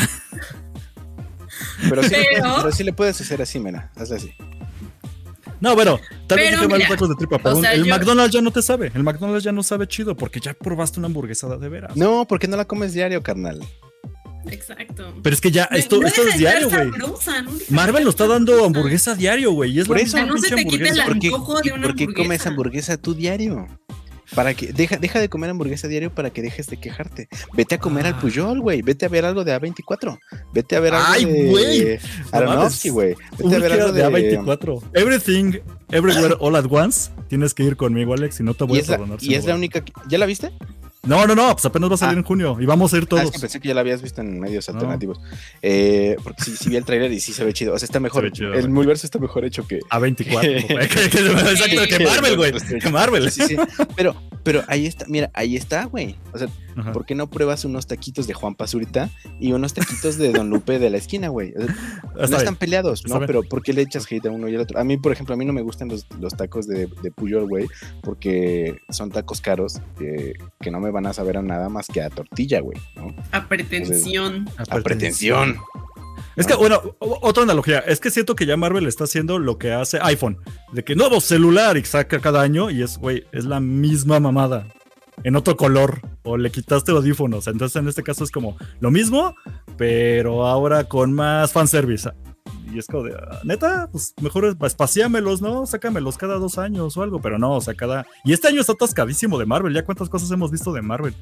Pero sí le puedes hacer así, Mena, hazle así. No, bueno, tal vez te los tacos de tripa, pero McDonald's ya no te sabe. El McDonald's ya no sabe chido porque ya probaste una hamburguesa de veras. No, porque no la comes diario, carnal. Exacto. Pero es que ya esto es diario, güey. Marvel nos está dando hamburguesa diario, güey. Y es por la eso no se te quita el antojo de una hamburguesa. ¿Por qué comes hamburguesa tú diario? Para que deja de comer hamburguesa diario para que dejes de quejarte. Vete a comer al Puyol, güey. Vete a ver algo de A24. Vete a ver algo de Aronofsky, güey. Vete a ver algo de A24. Everything, Everywhere, All at Once. Tienes que ir conmigo, Alex, y no te voy a perdonar. Y es la única... ¿Ya la viste? No, pues apenas va a salir en junio y vamos a ir todos. Es que pensé que ya la habías visto en medios alternativos. Porque sí vi el trailer y sí se ve chido. O sea, está mejor. Chido, el multiverso está mejor hecho que A24. Exacto, que Marvel, güey. Que Marvel. Sí. Pero ahí está, mira, ahí está, güey. O sea, ¿por qué no pruebas unos taquitos de Juan Pazurita y unos taquitos de Don Lupe de la esquina, güey? O sea, no están peleados, ¿no? Pero ¿por qué le echas hate a uno y al otro? A mí, por ejemplo, no me gustan los tacos de Puyol, güey, porque son tacos caros que no me van a saber a nada más que a tortilla, güey, ¿no? A pretensión. A pretensión. Es que, bueno, otra analogía, es que siento que ya Marvel está haciendo lo que hace iPhone, de que nuevo celular y saca cada año y es la misma mamada, en otro color, o le quitaste audífonos, entonces en este caso es como lo mismo, pero ahora con más fanservice. Y es como de, neta, pues mejor espaciámelos, ¿no? Sácamelos cada 2 años o algo, pero no, o sea, Y este año está atascadísimo de Marvel, ¿ya cuántas cosas hemos visto de Marvel?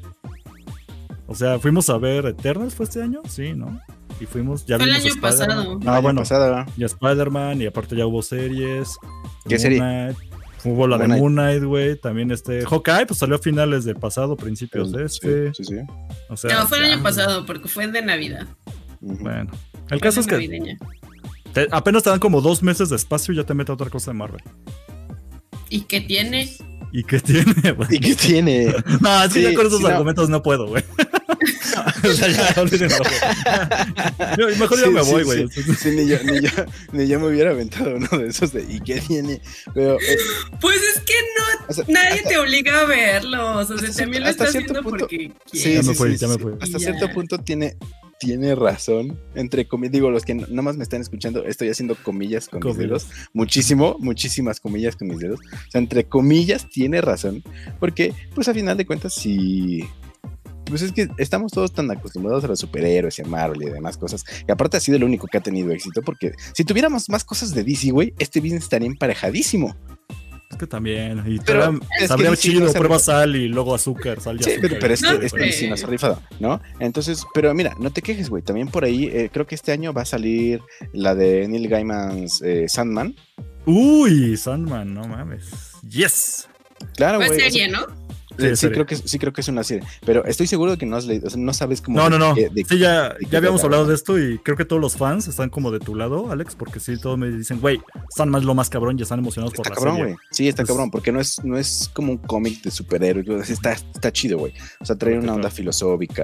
O sea, fuimos a ver Eternals, ¿fue este año? Sí, ¿no? Y fuimos, ya vimos el año pasado. Bueno, y Spider-Man, y aparte ya hubo series. ¿Qué serie? Hubo la de Moon Knight, güey, también Hawkeye, pues salió a finales de pasado, principios de este. Sí. O sea, no, fue el año pasado, porque fue de Navidad. Bueno, el caso es que apenas te dan como 2 meses de espacio y ya te mete otra cosa de Marvel. ¿Y qué tiene? Güey? ¿Y qué tiene? No, así ya con esos argumentos no puedo, güey. O sea, ya, olvídenlo. Mejor yo me voy, güey. Sí, ni yo me hubiera aventado uno de esos de ¿y qué tiene? Pero, pues es que no, o sea, nadie te obliga a verlos. O sea, también lo estás haciendo porque quieres. Sí, ya me fui. Hasta cierto punto tiene razón, entre comillas, digo, los que nada más me están escuchando, estoy haciendo comillas con mis dedos, muchísimas comillas con mis dedos, o sea, entre comillas tiene razón, porque pues a final de cuentas sí, pues es que estamos todos tan acostumbrados a los superhéroes y a Marvel y demás cosas, y aparte ha sido el único que ha tenido éxito, porque si tuviéramos más cosas de DC, güey, este business estaría emparejadísimo. Es que también, y pero sabría chido, no prueba sal y luego azúcar, sal y sí, azúcar. pero es que sí nos ha rifado, ¿no? Entonces, pero mira, no te quejes, güey, también por ahí, creo que este año va a salir la de Neil Gaiman's Sandman. Uy, Sandman, no mames. Yes. Claro, güey. Pues serie, ¿no? Sí, creo que es una serie, pero estoy seguro de que no has leído, o sea, no sabes cómo. No. Sí, ya habíamos hablado de esto y creo que todos los fans están como de tu lado, Alex, porque sí, todos me dicen, güey, Sandman es lo más cabrón y están emocionados por la cabrón, serie. Güey. Sí, está cabrón, porque no es como un cómic de superhéroes, está chido, güey. O sea, trae una onda filosófica,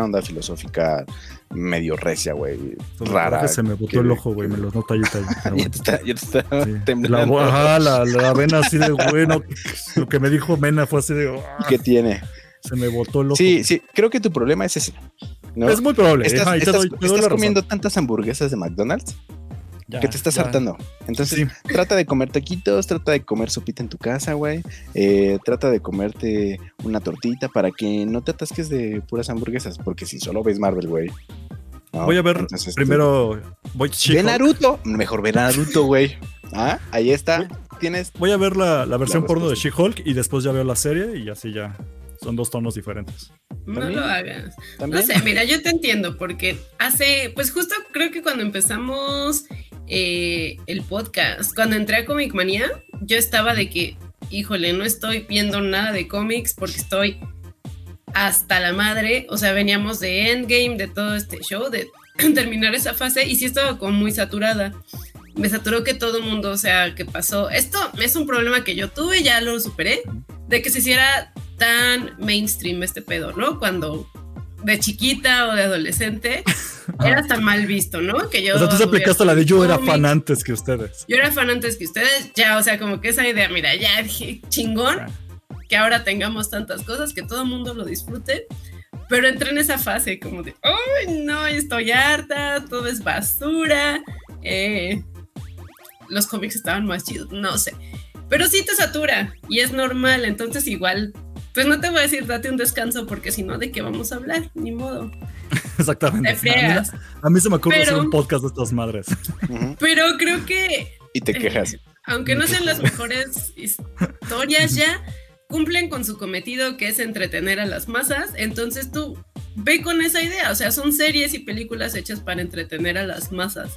medio recia, güey, rara. Se me botó el ojo, güey, me lo noto ahí. Ya te está temblando. La vena así de, güey, no, lo que me dijo Mena fue así de... ¿Qué tiene? Se me botó el ojo. Sí, creo que tu problema es ese, ¿no? Es muy probable. Estás comiendo tantas hamburguesas de McDonald's que te estás hartando. Entonces, trata de comer taquitos, trata de comer sopita en tu casa, güey. Trata de comerte una tortita para que no te atasques de puras hamburguesas, porque si solo ves Marvel, güey. ¿no? Voy a ver primero. Ve Naruto. Mejor ve Naruto, güey. Ahí está. Voy a ver la versión porno de She-Hulk y después ya veo la serie y así ya. Son dos tonos diferentes. No lo hagas. ¿También? No sé, mira, yo te entiendo porque pues justo creo que cuando empezamos el podcast, cuando entré a Comic Manía, yo estaba de que, híjole, no estoy viendo nada de cómics porque estoy hasta la madre. O sea, veníamos de Endgame, de todo este show, de terminar esa fase y sí estaba como muy saturada. Me saturó que todo el mundo, o sea, que pasó. Esto es un problema que yo tuve, ya lo superé, de que se hiciera tan mainstream este pedo, ¿no? Cuando de chiquita o de adolescente era tan mal visto, ¿no? Que yo, o sea, tú se aplicaste la de yo era fan antes que ustedes. Yo era fan antes que ustedes, ya, o sea, como que esa idea, mira, ya dije, chingón, que ahora tengamos tantas cosas, que todo el mundo lo disfrute, pero entré en esa fase como de, ¡ay, no, estoy harta, todo es basura! Los cómics estaban más chidos, no sé. Pero sí te satura y es normal, entonces igual, pues no te voy a decir date un descanso porque si no, ¿de qué vamos a hablar? Ni modo. Exactamente. Te friegas. A mí se me ocurre hacer un podcast de estas madres. Pero creo que... Y te quejas. Aunque no sean las mejores historias ya, cumplen con su cometido que es entretener a las masas, entonces tú ve con esa idea, o sea, son series y películas hechas para entretener a las masas.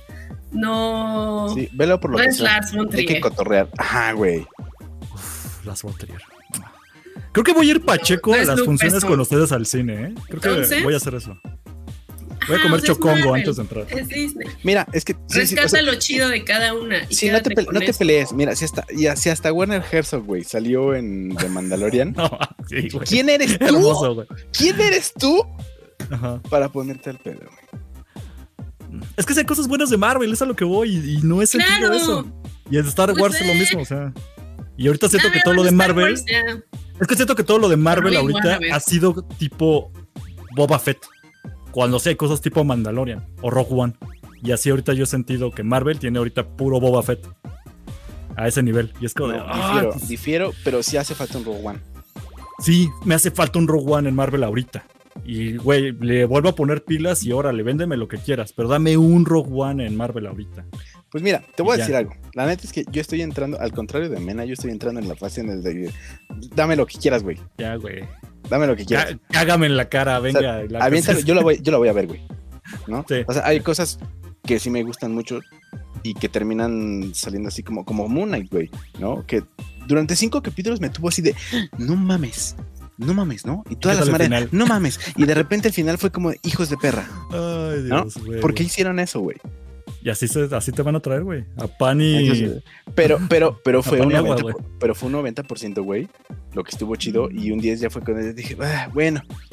No. Sí, velo por lo no que es Lars von Trier. Hay que cotorrear. Ajá, güey. Lars von Trier. Creo que voy a ir pacheco a las funciones con ustedes al cine, ¿eh? Creo que voy a hacer eso. Voy a comer chocongo antes de entrar. Es Disney. Mira, es que... Rescata lo chido de cada una. Y sí, no te pelees. Mira, si hasta Werner Herzog, güey, salió en The Mandalorian. No, sí, güey. ¿Quién eres tú? Hermoso, güey. ¿Quién eres tú para ponerte al pedo, güey? Es que hay cosas buenas de Marvel, es a lo que voy, y no he sentido eso. Y en Star Wars es lo mismo, o sea. Y ahorita siento que todo lo de Marvel... Es que siento que todo lo de Marvel ahorita ha sido tipo Boba Fett. Cuando hay cosas tipo Mandalorian o Rogue One. Y así ahorita yo he sentido que Marvel tiene ahorita puro Boba Fett. A ese nivel. Y es como difiero, pero sí hace falta un Rogue One. Sí, me hace falta un Rogue One en Marvel ahorita. Y, güey, le vuelvo a poner pilas y órale, véndeme lo que quieras. Pero dame un Rogue One en Marvel ahorita. Pues mira, te voy a decir algo. La neta es que yo estoy entrando, al contrario de Mena, yo estoy entrando en la fase en el de... Dame lo que quieras, güey. Ya, güey. Dame lo que quieras. Cágame en la cara, venga. O sea, yo la voy a ver, güey. ¿No? Sí. O sea, hay cosas que sí me gustan mucho y que terminan saliendo así como Moon Knight, güey, ¿no? Que durante 5 capítulos me tuvo así de, no mames, ¿no? Y todas las semanas, no mames. Y de repente al final fue como, hijos de perra. Ay, Dios, ¿no? Güey. ¿Por qué hicieron eso, güey? Y así te van a traer, güey. A pan y... Pero fue un 90%, güey, lo que estuvo chido. Y un 10 ya fue cuando dije, bueno.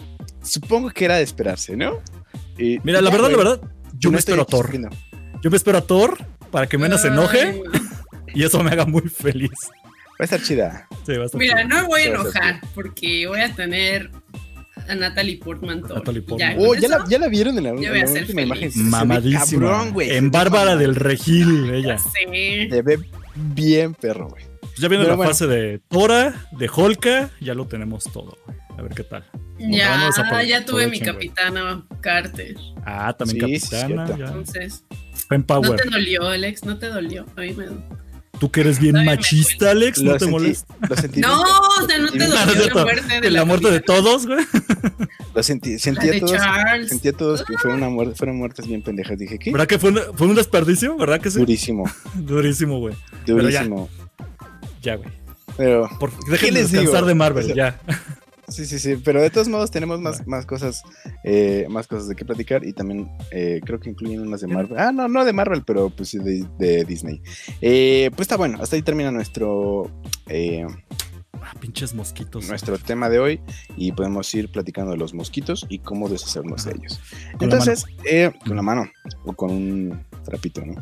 supongo que era de esperarse, ¿no? Mira, la verdad, yo me espero a Thor. Yo me espero a Thor para que Mena se enoje y eso me haga muy feliz. Va a estar chida. Sí, va a estar chida. No me voy a enojar porque voy a tener a Natalie Portman Thor. ¿Ya la vieron en la última imagen? Mamadísima. Cabrón, güey. En Bárbara del Regil, ella. Sí. Se ve bien perro, güey. Pues ya viene la fase de Tora, de Hulka, ya lo tenemos todo, güey. A ver qué tal. Ya tuve mi capitana Carter. También capitana. Entonces, Power. ¿No te dolió, Alex? ¿No te dolió? A mí me dolió. ¿Tú que eres bien machista, Alex? ¿No te molesta? No, o sea, no te dolió la muerte de la muerte de todos, güey. Lo sentí a todos que fueron muertes bien pendejas. Dije, ¿qué? ¿Verdad que fue un desperdicio? ¿Verdad que sí? Durísimo, güey. Durísimo. Ya, güey. Pero déjenme descansar de Marvel, ya. Sí, pero de todos modos tenemos más cosas de qué platicar y también creo que incluyen unas de Marvel. No de Marvel, pero pues de Disney. Pues está bueno, hasta ahí termina nuestro pinches mosquitos. Nuestro tema de hoy y podemos ir platicando de los mosquitos y cómo deshacernos de ellos. Entonces, con la mano o con un trapito, ¿no?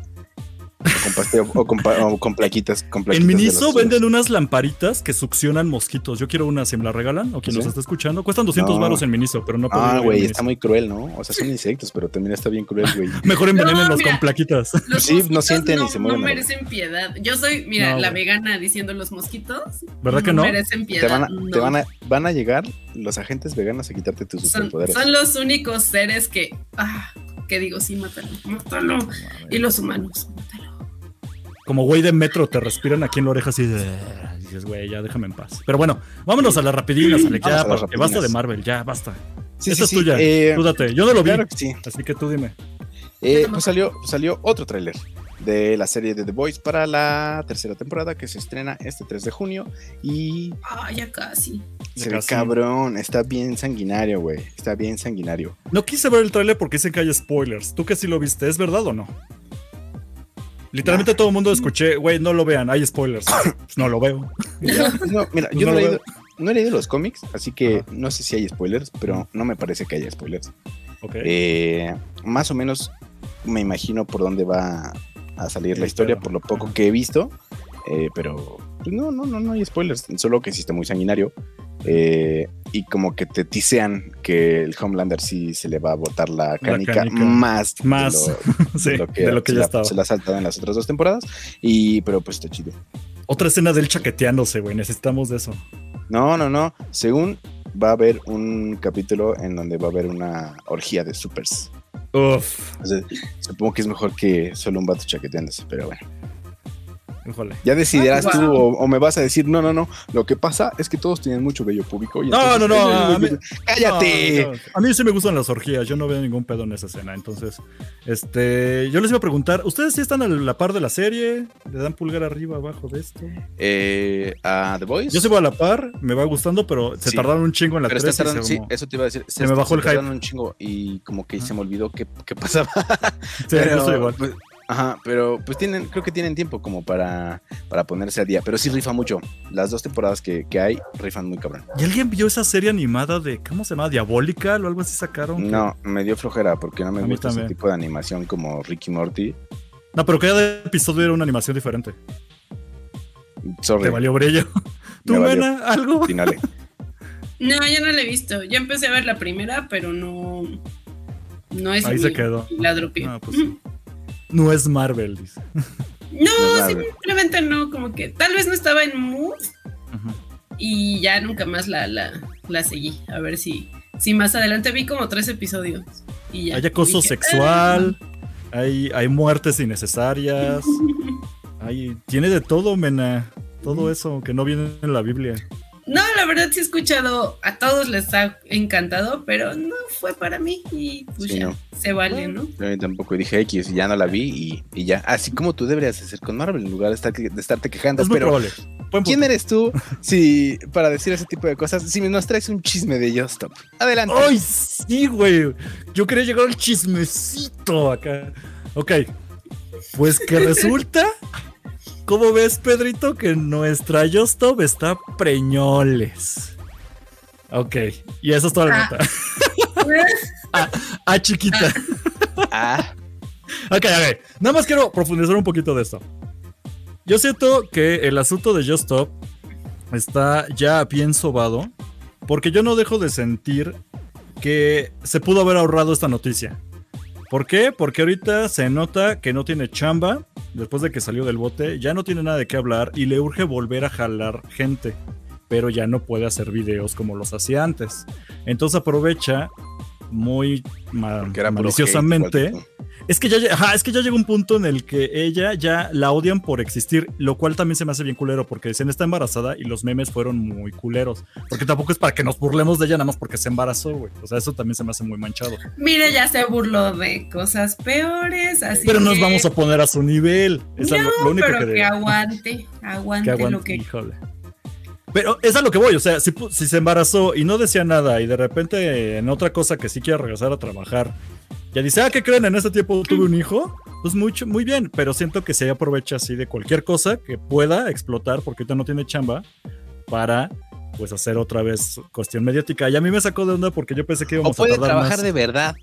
O con plaquitas. En Miniso venden unas lamparitas que succionan mosquitos. Yo quiero una, ¿se me la regalan? O quien nos está escuchando. Cuestan 200 baros en Miniso, pero no puedo. Güey, está muy cruel, ¿no? O sea, son insectos, pero también está bien cruel, güey. Mejor envenenenlos con plaquitas. Sí, no sienten y se mueren. No merecen piedad. Yo soy, la vegana diciendo los mosquitos. ¿Verdad que no? Merecen piedad. Van a llegar los agentes veganos a quitarte tus superpoderes. Son los únicos seres que digo, sí, mátalo. Y los humanos, mátalo. Como güey de metro te respiran aquí en la oreja así de... Dices, güey, ya déjame en paz. Pero bueno, vámonos a las rapidinas, Alex. Ya, porque basta de Marvel, ya, basta. Esta es tuya, tú date. Yo no lo vi, claro que sí. Así que tú dime. Pues salió otro tráiler de la serie de The Boys para la tercera temporada que se estrena este 3 de junio y... ya casi. Se ve cabrón, está bien sanguinario, güey. Está bien sanguinario. No quise ver el tráiler porque dicen que hay spoilers. ¿Tú que sí lo viste? ¿Es verdad o no? Literalmente todo el mundo escuché, güey, no lo vean, hay spoilers. Pues no lo veo. Mira, yo no he leído los cómics, así que no sé si hay spoilers, pero no me parece que haya spoilers. Okay. Más o menos me imagino por dónde va a salir la historia, por lo poco que he visto, pero pues no hay spoilers, solo que sí está muy sanguinario. Y como que te tisean que el Homelander sí se le va a botar la canica más de lo que ya estaba. Se la ha saltado en las otras 2 temporadas, pero pues está chido. Otra escena de él chaqueteándose, güey, necesitamos de eso. No, según va a haber un capítulo en donde va a haber una orgía de supers. Uf. O sea, supongo que es mejor que solo un vato chaqueteándose, pero bueno. Híjole. Ya decidirás tú o me vas a decir, no, lo que pasa es que todos tienen mucho vello púbico. Y ¡cállate! A mí sí me gustan las orgías, yo no veo ningún pedo en esa escena, entonces, yo les iba a preguntar, ¿ustedes sí están a la par de la serie? ¿Le dan pulgar arriba, abajo de esto? ¿A The Boys? Yo sigo a la par, me va gustando, pero se tardaron un chingo en la 3. Sí, eso te iba a decir. Se me bajó el hype. Un chingo y como que se me olvidó qué pasaba. Sí, pero, yo estoy igual. Pues, pero pues creo que tienen tiempo como para ponerse a día, pero sí rifa mucho. Las 2 temporadas que hay rifan muy cabrón. ¿Y alguien vio esa serie animada de, ¿cómo se llama? ¿Diabólica o algo así sacaron? No, me dio flojera porque no me gusta ese tipo de animación como Ricky Morty. No, pero cada episodio era una animación diferente. Sorry. Te valió brillo. ¿Tú, Mena, algo? Finale. No, yo no la he visto. Yo empecé a ver la primera, pero no es ahí se quedó. La dropeé. No, pues, no es Marvel, dice. No, simplemente no, como que tal vez no estaba en mood y ya nunca más la seguí. A ver si más adelante vi como 3 episodios y ya. Hay acoso sexual, hay muertes innecesarias, tiene de todo, Mena, todo eso que no viene en la Biblia. No, la verdad sí he escuchado, a todos les ha encantado, pero no fue para mí y pues sí, ya se vale, ¿no? Yo tampoco dije X, ya no la vi y ya, así como tú deberías hacer con Marvel en lugar de estarte quejando. Es muy probable. ¿Quién eres tú para decir ese tipo de cosas si nos traes un chisme de Just Stop? Adelante. ¡Ay, sí, güey! Yo quería llegar al chismecito acá. Ok, pues que resulta... ¿Cómo ves, Pedrito, que nuestra Just Stop está preñoles? Ok, y eso es toda la nota. Chiquita. Ok, nada más quiero profundizar un poquito de esto. Yo siento que el asunto de Just Stop está ya bien sobado, porque yo no dejo de sentir que se pudo haber ahorrado esta noticia. ¿Por qué? Porque ahorita se nota que no tiene chamba, después de que salió del bote, ya no tiene nada de qué hablar y le urge volver a jalar gente, pero ya no puede hacer videos como los hacía antes. Entonces aprovecha muy maliciosamente. Es que ya llega un punto en el que ella ya la odian por existir, lo cual también se me hace bien culero, porque dicen está embarazada y los memes fueron muy culeros. Porque tampoco es para que nos burlemos de ella nada más porque se embarazó, güey. O sea, eso también se me hace muy manchado. Mira, ya se burló de cosas peores, así. Pero nos vamos a poner a su nivel. Es lo único pero que aguante lo que... Híjole. Pero es a lo que voy, o sea, si se embarazó y no decía nada y de repente en otra cosa que sí quiere regresar a trabajar, ya dice, ¿qué creen? En este tiempo tuve un hijo, pues muy bien, pero siento que se aprovecha así de cualquier cosa que pueda explotar, porque ahorita no tiene chamba, para pues hacer otra vez cuestión mediática. Y a mí me sacó de onda porque yo pensé que íbamos a tardar más. O puede trabajar de verdad.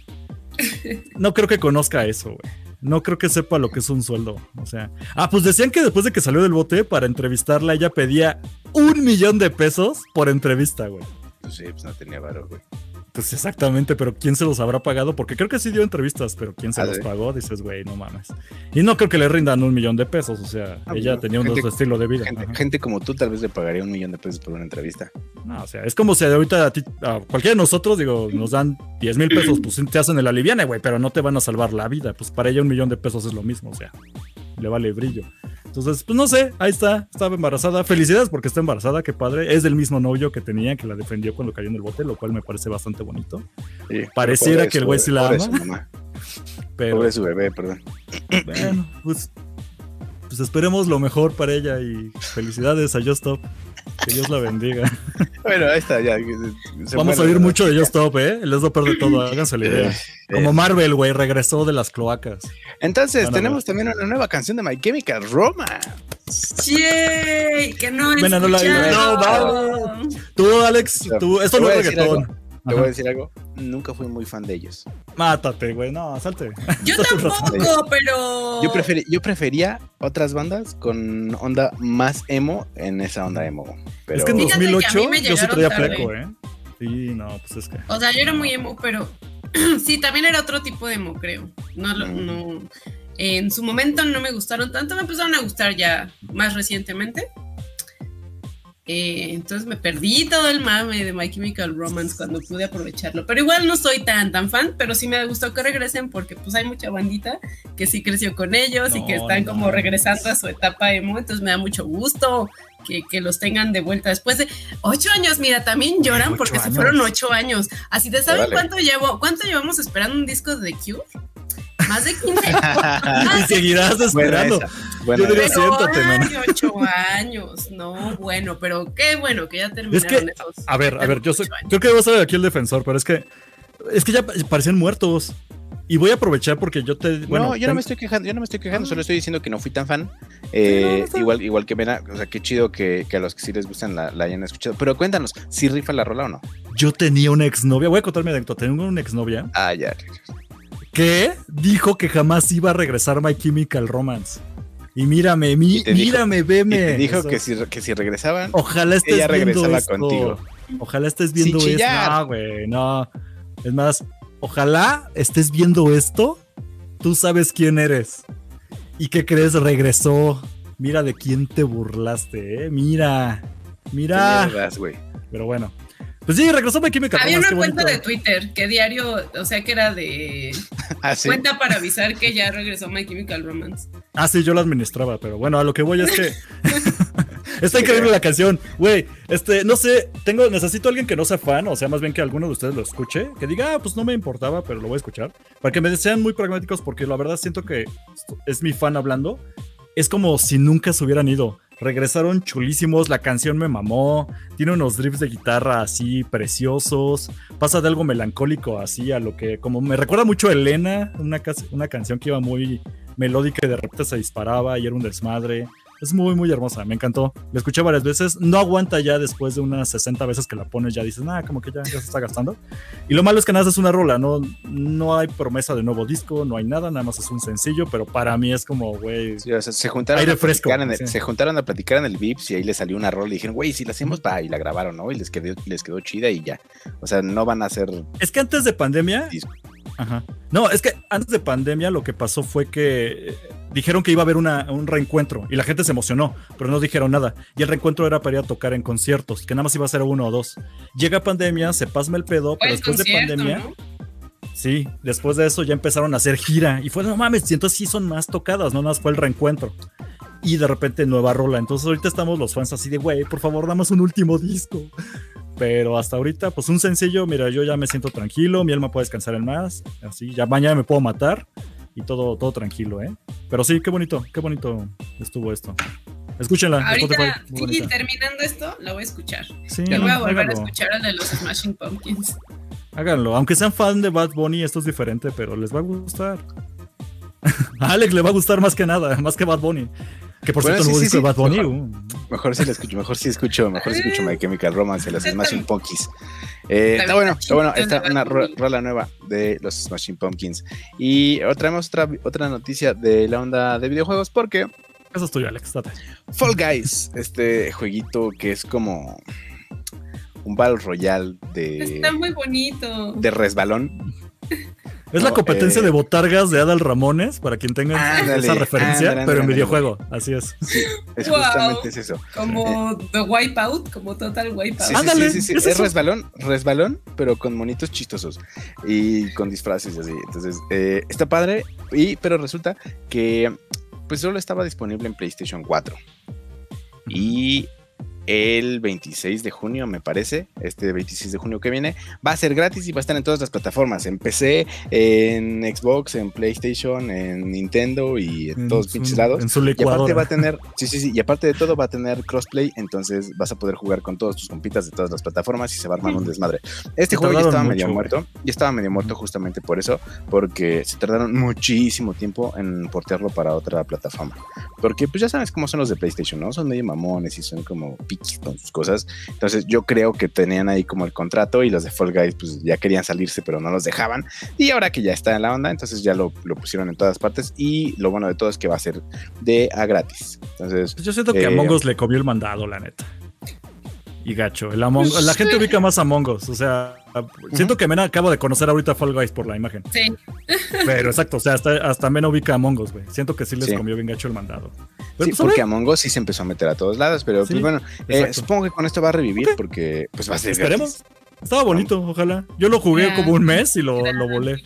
No creo que conozca eso, güey. No creo que sepa lo que es un sueldo. O sea, pues decían que después de que salió del bote, para entrevistarla, ella pedía $1,000,000 por entrevista, güey. Pues sí, pues no tenía varo, güey. Pues exactamente, pero ¿quién se los habrá pagado? Porque creo que sí dio entrevistas, pero ¿quién se los pagó? Dices, güey, no mames. Y no creo que le rindan $1,000,000, o sea, ella tenía otro estilo de vida. Gente como tú tal vez le pagaría $1,000,000 por una entrevista. No, o sea, es como si ahorita a cualquiera de nosotros, digo, nos dan $10,000, pues te hacen el aliviane, güey, pero no te van a salvar la vida. Pues para ella $1,000,000 es lo mismo, o sea, le vale brillo. Entonces, pues no sé, ahí está, estaba embarazada. Felicidades porque está embarazada, qué padre. Es del mismo novio que tenía, que la defendió cuando cayó en el bote, lo cual me parece bastante bonito. Sí, pareciera que el güey sí la ama. Pero pobre su bebé, perdón. Bueno, pues esperemos lo mejor para ella y felicidades a Just Stop. Que Dios la bendiga. Bueno, ahí está, ya. Vamos a oír mucho de Just Stop, Les lo peor de todo, háganse la idea. Como Marvel, güey, regresó de las cloacas. Tenemos también una nueva canción de My Chemical Romance. ¡Yay! Que no es. No. Tú, Alex, esto no es reggaetón. Te voy a decir algo, nunca fui muy fan de ellos. Mátate, güey, no, salte. Yo tampoco, pero... Yo prefería otras bandas con onda más emo en esa onda emo. Pero... Es que en 2008 yo sí traía fleco, Sí, no, pues es que... O sea, yo era muy emo, pero sí, también era otro tipo de emo, creo. No, en su momento no me gustaron tanto, me empezaron a gustar ya más recientemente. Entonces me perdí todo el mame de My Chemical Romance cuando pude aprovecharlo, pero igual no soy tan fan, pero sí me gustó que regresen porque pues hay mucha bandita que sí creció con ellos y que están como regresando a su etapa emo, entonces me da mucho gusto que los tengan de vuelta después de 8 años. Mira, también lloran porque se fueron 8 años, así te saben cuánto llevamos esperando un disco de The Cure. Más de 15 años. Y seguirás esperando. Bueno, yo diría, siéntate, man. 8 años, no, bueno, pero qué bueno que ya terminaron esos. A ver, creo que debo ser aquí el defensor, pero es que ya parecían muertos. Y voy a aprovechar porque yo no me estoy quejando, solo estoy diciendo que no fui tan fan. Igual que Mena, o sea, qué chido que a los que sí les gustan la hayan escuchado. Pero cuéntanos, ¿sí rifa la rola o no? Yo tenía una exnovia, voy a contar mi anécdota, tengo una exnovia. Ya. Que dijo que jamás iba a regresar My Chemical Romance. Y mírame, veme. Y te dijo que si regresaban, ojalá estés ella viendo regresaba esto. Contigo. Ojalá estés viendo esto. No, güey, no. Es más, ojalá estés viendo esto. Tú sabes quién eres. ¿Y qué crees? Regresó. Mira de quién te burlaste, Mira. Vergas, güey. Pero bueno. Pues sí, regresó My Chemical Romance. Había una cuenta de Twitter que diario, o sea que era de ¿sí? Cuenta para avisar que ya regresó My Chemical Romance. Sí, yo la administraba, pero bueno, a lo que voy es que está increíble la canción, güey. No sé, necesito a alguien que no sea fan, o sea, más bien que alguno de ustedes lo escuche, que diga, pues no me importaba, pero lo voy a escuchar, para que me sean muy pragmáticos, porque la verdad siento que es mi fan hablando. Es como si nunca se hubieran ido. Regresaron chulísimos, la canción me mamó, tiene unos drifts de guitarra así preciosos, pasa de algo melancólico así a lo que, como me recuerda mucho a Elena, una canción que iba muy melódica y de repente se disparaba y era un desmadre. Es muy, muy hermosa, me encantó. La escuché varias veces, no aguanta ya después de unas 60 veces que la pones, ya dices, como que ya se está gastando. Y lo malo es que nada, es una rola, no hay promesa de nuevo disco, no hay nada más es un sencillo, pero para mí es como, güey, sí, o sea, se juntaron a platicar en el Vips y ahí les salió una rola y dijeron, güey, si la hacemos, y la grabaron, ¿no? Y les quedó chida y ya. O sea, no van a hacer... Es que antes de pandemia... Ajá. No, es que antes de pandemia lo que pasó fue que dijeron que iba a haber un reencuentro y la gente se emocionó, pero no dijeron nada. Y el reencuentro era para ir a tocar en conciertos, que nada más iba a ser 1 o 2. Llega pandemia, se pasma el pedo, pero después de pandemia... ¿no? Sí, después de eso ya empezaron a hacer gira y fue, no mames, y entonces sí son más tocadas, no nada más fue el reencuentro. Y de repente nueva rola. Entonces ahorita estamos los fans así de, güey, por favor, damos un último disco. Pero hasta ahorita, pues un sencillo, mira, yo ya me siento tranquilo, mi alma puede descansar en más, así, ya mañana me puedo matar y todo tranquilo, ¿eh? Pero sí, qué bonito estuvo esto. Escúchenla. Ahorita, sí, terminando esto, la voy a escuchar. Sí, yo voy a volver a escuchar al de los Smashing Pumpkins. Háganlo, aunque sean fan de Bad Bunny, esto es diferente, pero les va a gustar. A Alex le va a gustar más que nada, más que Bad Bunny. Que por cierto, nuevo disco de Bad Bunny. Mejor sí escucho My Chemical Romance, los Smashing Pumpkins. Está bueno, está una rola nueva de los Smashing Pumpkins. Y traemos otra noticia de la onda de videojuegos, porque... Eso es tuyo, Alex, date. Fall Guys, este jueguito que es como un Battle Royale de... Está muy bonito. De resbalón. Es la competencia de botargas de Adal Ramones, para quien tenga esa referencia, pero en videojuego, así es. Sí, justamente es eso. Como The Wipeout, como Total Wipeout. Sí. Es resbalón, pero con monitos chistosos y con disfraces y así. Entonces, está padre, pero resulta que pues solo estaba disponible en PlayStation 4. Y el 26 de junio, me parece, este 26 de junio que viene, va a ser gratis y va a estar en todas las plataformas, en PC, en Xbox, en PlayStation, en Nintendo y en todos los pinches lados. En su licuadora. Y aparte va a tener, y aparte de todo va a tener crossplay, entonces vas a poder jugar con todos tus compitas de todas las plataformas y se va a armar un desmadre. Este juego ya estaba medio muerto, justamente por eso, porque se tardaron muchísimo tiempo en portearlo para otra plataforma. Porque pues ya sabes cómo son los de PlayStation, ¿no? Son medio mamones y son como con sus cosas. Entonces yo creo que tenían ahí como el contrato y los de Fall Guys pues ya querían salirse pero no los dejaban, y ahora que ya está en la onda, entonces ya lo pusieron en todas partes, y lo bueno de todo es que va a ser de a gratis. Entonces yo siento que Among Us le comió el mandado, la neta. Y gacho, la gente ubica más a Among Us, o sea, siento que Mena acabo de conocer ahorita Fall Guys por la imagen. Sí. Pero exacto, o sea, hasta Mena ubica a Among Us, güey. Siento que sí les comió bien gacho el mandado. Pero, sí, pues, porque Among Us sí se empezó a meter a todos lados, pero pues bueno, supongo que con esto va a revivir porque pues va a ser Esperemos. Gratis. Estaba bonito, ojalá. Yo lo jugué como un mes y lo volé.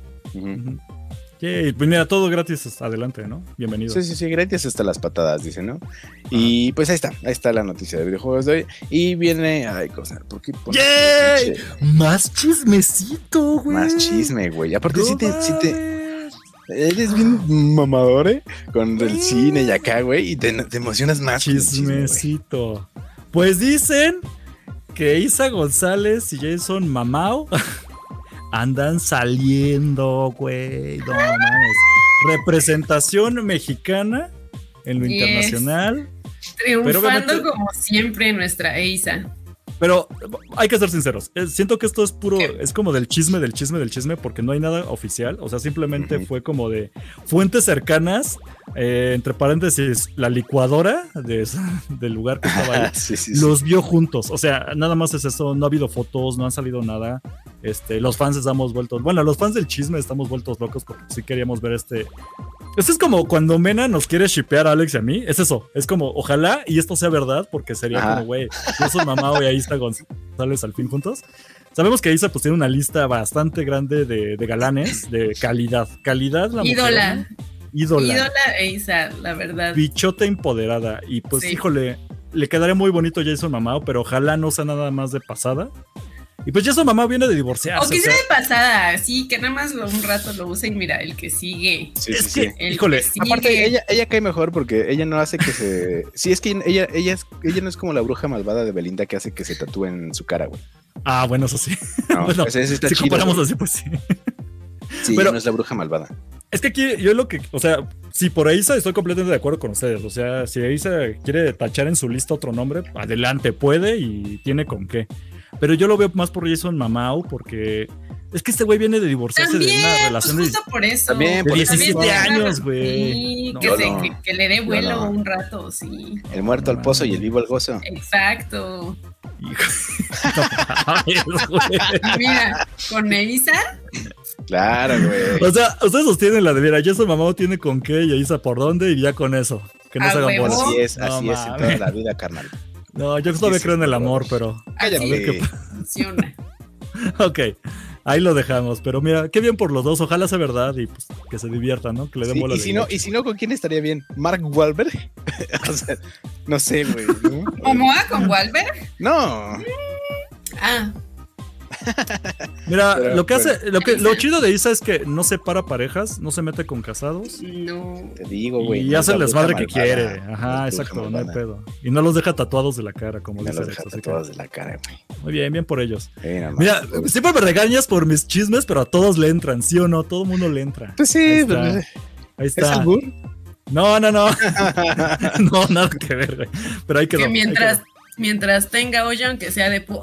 Sí, pues mira, todo gratis, adelante, ¿no? Bienvenido. Sí, gratis hasta las patadas, dice, ¿no? Y pues ahí está la noticia de videojuegos de hoy. Y viene, ¿por qué? ¡Yay! Más chismecito, güey. Más chisme, güey. Aparte, sí te eres bien mamador, ¿eh? Con el cine y acá, güey, y te emocionas más. Chismecito. Pues dicen que Isa González y Jason Mamao andan saliendo, güey. No mames. Representación mexicana en lo internacional. Triunfando como siempre nuestra Eisa. Pero hay que ser sinceros. Siento que esto es puro, es como del chisme, porque no hay nada oficial. O sea, simplemente fue como de fuentes cercanas, entre paréntesis, la licuadora del lugar que estaba ahí, los vio juntos. O sea, nada más es eso. No ha habido fotos, no han salido nada. Los fans estamos vueltos. Bueno, los fans del chisme estamos vueltos locos porque sí queríamos ver Esto es como cuando Mena nos quiere shippear a Alex y a mí. Es eso. Es como, ojalá y esto sea verdad, porque sería como, güey, yo soy Mamao y ahí está González al fin juntos. Sabemos que Isa pues tiene una lista bastante grande de galanes de calidad. La Ídola. Mujer, Ídola Isa, la verdad. Bichota empoderada. Y pues, híjole, le quedaría muy bonito Jason Mamao, pero ojalá no sea nada más de pasada. Y pues Jason Mamao viene de divorciarse. O que sea de pasada, sí, que nada más un rato lo usa y mira, el que sigue. Sí. Híjole. Aparte, ella cae mejor porque ella no hace que se... Sí, es que ella no es como la bruja malvada de Belinda que hace que se tatúe en su cara, güey. Ah, bueno, eso sí. No, bueno, ese está si chido, comparamos güey. Así, pues sí. Sí, pero no es la bruja malvada. Es que aquí yo lo que, o sea, si por Aisa estoy completamente de acuerdo con ustedes. O sea, si Aisa quiere tachar en su lista otro nombre, adelante, puede y tiene con qué. Pero yo lo veo más por Jason Momoa porque es que este güey viene de divorciarse también, de una relación pues justo por eso. También, de 17 años, güey. Sí, No, que le dé vuelo un rato, sí. El muerto al pozo y el vivo al gozo. Exacto. Hijo. Mira, con Aisa. Claro, güey. O sea, ustedes sostienen la de mira, Jason Momoa tiene con qué y Aisa por dónde y ya con eso. Que no se hagan bolas. Así es en toda la vida, carnal. No, yo todavía creo en el amor, pero... Cállate. Funciona. Ok, ahí lo dejamos. Pero mira, qué bien por los dos. Ojalá sea verdad y pues, que se diviertan, ¿no? Que le den bola. Y si no, ¿con quién estaría bien? ¿Mark Wahlberg? O sea, no sé, güey. ¿No? ¿Momoa con Wahlberg? No. Ah. Mira, Pero, lo que hace, lo chido de Isa es que no separa parejas, no se mete con casados. No. Te digo, güey. Y hace el desmadre que malvada, quiere. Ajá, exacto, no hay pedo. Y no los deja tatuados de la cara, como dice Alex. Tatuados de la cara, güey. Muy bien, bien por ellos. Mira, siempre me regañas por mis chismes, pero a todos le entran, ¿sí o no? Todo el mundo le entra. Pues sí, ahí está. ¿Es albur? No. No, nada que ver, güey. Pero hay que Que mientras tenga hoyo, aunque sea de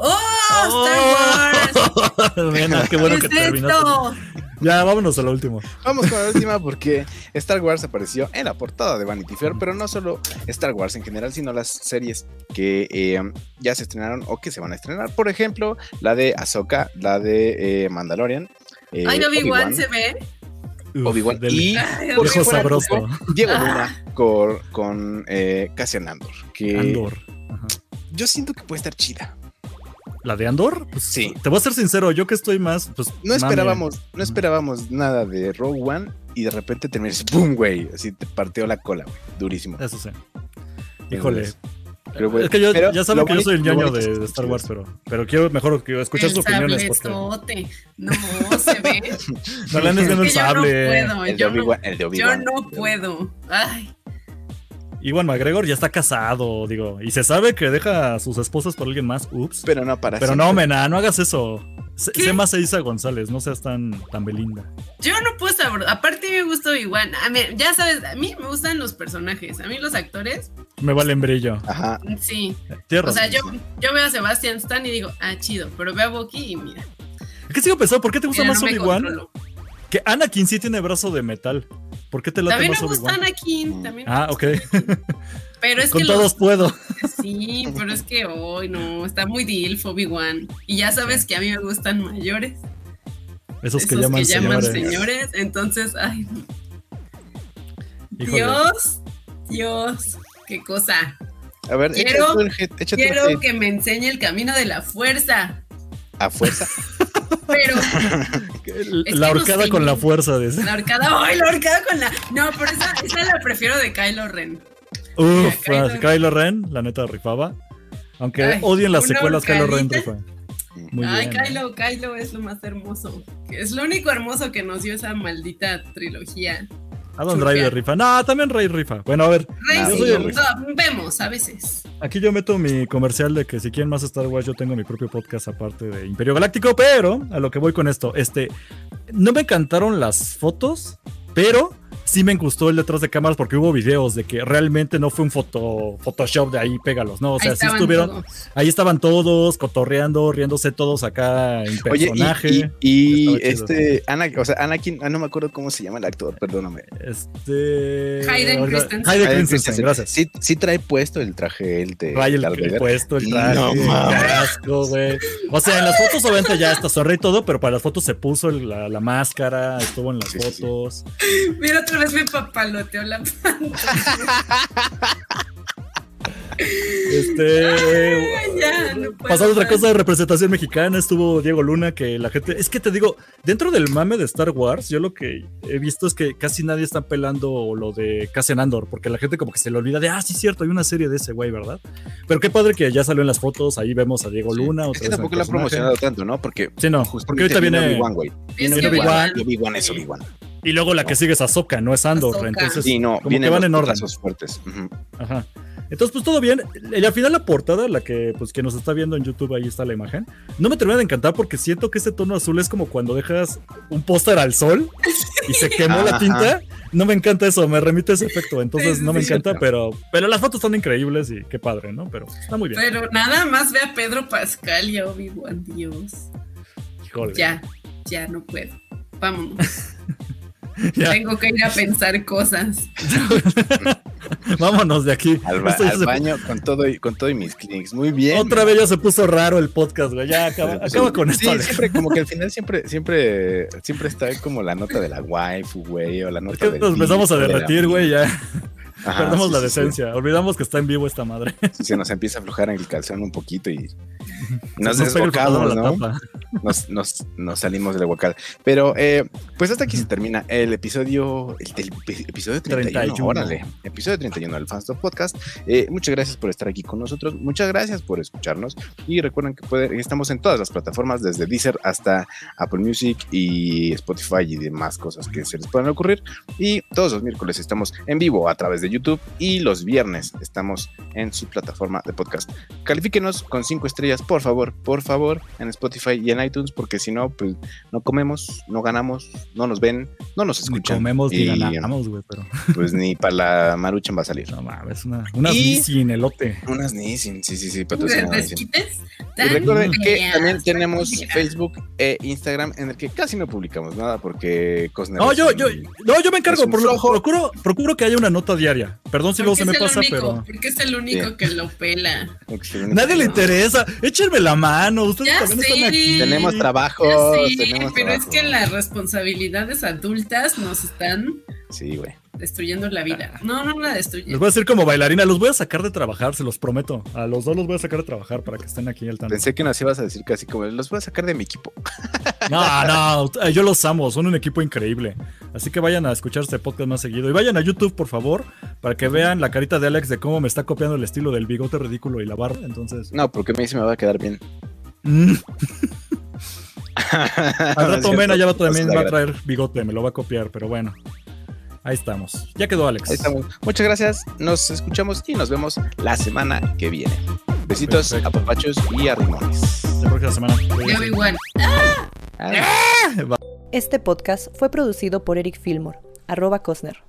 Star Wars. Bueno, qué bueno que terminaste. Ya, vámonos a lo último. Vamos con la última porque Star Wars apareció en la portada de Vanity Fair, pero no solo Star Wars en general, sino las series que ya se estrenaron o que se van a estrenar. Por ejemplo, la de Ahsoka, la de Mandalorian. Ay, Obi-Wan se ve. Obi-Wan y por sabroso. Diego Luna con Cassian Andor. Andor. Ajá. Yo siento que puede estar chida. ¿La de Andor? Pues, sí. Te voy a ser sincero, yo que estoy más, pues... No esperábamos nada de Rogue One y de repente terminas, ¡pum, güey! Así te partió la cola, güey. Durísimo. Eso sí. Híjole. Pero, güey, es que ya saben que yo soy el ñoño de Star Wars, pero quiero mejor que escuchar sus opiniones. Porque... No, se ve. No le andes viendo el sable. Yo no puedo. Ay. Iwan McGregor ya está casado, digo, y se sabe que deja a sus esposas por alguien más, ups. Pero no para Pero siempre. No, mena, no hagas eso. Sé más Isa González, no seas tan belinda. Yo no puedo saber, aparte me gusta Iwan. A mí, ya sabes, a mí me gustan los personajes, a mí los actores. Me valen brillo. Ajá. Sí. Tierra, o sea, yo veo a Sebastian Stan y digo, chido, pero veo a Bucky y mira. Es que sigo pensando, ¿por qué te gusta más Obi-Wan? Que Anakin sí tiene brazo de metal. ¿Por qué te late más Obi-Wan? También me gusta Anakin. También ok. Pero es con que todos puedo. Sí, pero es que hoy no, está muy DILF Obi-Wan. Y ya sabes que a mí me gustan mayores. Esos que llaman señores. Entonces, ay. Dios, qué cosa. A ver, quiero que me enseñe el camino de la fuerza. ¿A fuerza? Pero la horcada con la fuerza de ese. La horcada con la. No, pero esa la prefiero de Kylo Ren. Kylo Ren, la neta rifaba. Aunque odien las secuelas, Kylo Ren rifa. Muy bien. Kylo es lo más hermoso. Es lo único hermoso que nos dio esa maldita trilogía. Adam Driver rifa. No, también Rey rifa. Bueno, a ver. Vemos a veces. Aquí yo meto mi comercial de que si quieren más Star Wars, yo tengo mi propio podcast aparte de Imperio Galáctico, pero a lo que voy con esto, no me encantaron las fotos, pero sí me gustó el detrás de cámaras porque hubo videos de que realmente no fue un Photoshop de ahí pégalos, ¿no? O sea, sí estuvieron, todos. Ahí estaban todos cotorreando, riéndose todos acá en personaje. Oye, Anakin, no me acuerdo cómo se llama el actor, perdóname. Hayden Christensen, gracias. Sí trae puesto el traje el puesto el traje. No, qué asco, güey. O sea, en las fotos obviamente ya está zorra y todo, pero para las fotos se puso la máscara, estuvo en las fotos. Sí. Mira, otra vez me papaloteó la pantalla. Pasando otra cosa de representación mexicana, estuvo Diego Luna, que la gente, es que te digo, dentro del mame de Star Wars, yo lo que he visto es que casi nadie está pelando lo de Cassian Andor, porque la gente como que se le olvida de, sí es cierto, hay una serie de ese güey, ¿verdad? Pero qué padre que ya salió en las fotos, ahí vemos a Diego Luna. Es que tampoco lo ha promocionado tanto, ¿no? Porque porque ahorita viene Obi-Wan, güey. Obi-Wan es Obi-Wan. Y luego la que sigue es Ahsoka, no es Andor. Entonces, sí, no, como que van en orden. Fuertes. Ajá. Entonces, pues todo bien. Y al final la portada, la que pues quien nos está viendo en YouTube, ahí está la imagen. No me termina de encantar porque siento que ese tono azul es como cuando dejas un póster al sol y se quemó la tinta. No me encanta eso, me remite ese efecto. Entonces no me encanta, pero las fotos son increíbles y qué padre, ¿no? Pero está muy bien. Pero nada más ve a Pedro Pascal y a Obi-Wan, Dios. Híjole. Ya no puedo. Vámonos. Tengo que ir a pensar cosas. Vámonos de aquí. Al baño con todo y mis clics. Muy bien. Otra vez ya se puso raro el podcast, güey. Ya acaba con esto. Sí, siempre, como que al final siempre está como la nota de la waifu, güey, o la nota de. Nos empezamos a derretir, güey, ya. Perdemos la decencia. Olvidamos que está en vivo esta madre. Sí, se nos empieza a aflojar en el calzón un poquito y nos desbocamos, ¿no? Nos salimos del aguacate. Pero pues hasta aquí se termina el episodio 31. Órale, episodio 31 del Fans of Podcast. Muchas gracias por estar aquí con nosotros. Muchas gracias por escucharnos. Y recuerden que estamos en todas las plataformas, desde Deezer hasta Apple Music y Spotify y demás cosas que se les puedan ocurrir. Y todos los miércoles estamos en vivo a través de YouTube y los viernes estamos en su plataforma de podcast. Califíquenos con 5 estrellas, por favor, en Spotify y en iTunes, porque si no, pues no comemos, no ganamos, no nos ven, no nos escuchan. Ni comemos ni ganamos, güey, pero pues ni para la Maruchan va a salir. No mames, unas Nissin elote. Unas Nissin, sí, ¿Desquites? Y recuerden que también tenemos Facebook e Instagram, en el que casi no publicamos nada porque Cosner. No, yo me encargo, procuro que haya una nota diaria. Perdón si luego se me pasa, pero. Porque es el único que lo pela. Nadie le interesa. Échenme la mano. Ustedes ya también están aquí. Tenemos trabajo. Pero es que las responsabilidades adultas nos están. Sí, güey. Destruyendo la vida. No la destruyen. Les voy a decir como bailarina, los voy a sacar de trabajar, se los prometo. A los dos los voy a sacar de trabajar para que estén aquí al tanto. Pensé que nos ibas a decir casi como, los voy a sacar de mi equipo. No, yo los amo, son un equipo increíble. Así que vayan a escuchar este podcast más seguido. Y vayan a YouTube, por favor, para que vean la carita de Alex de cómo me está copiando el estilo del bigote ridículo y la barba. Entonces. No, porque me dice me va a quedar bien. Al rato Mena ya también va a traer bigote, me lo va a copiar, pero bueno. Ahí estamos. Ya quedó, Alex. Ahí estamos. Muchas gracias. Nos escuchamos y nos vemos la semana que viene. Besitos, a papachos y a rimones. La próxima semana. Yo igual. Este podcast fue producido por Eric Fillmore, @Cosner.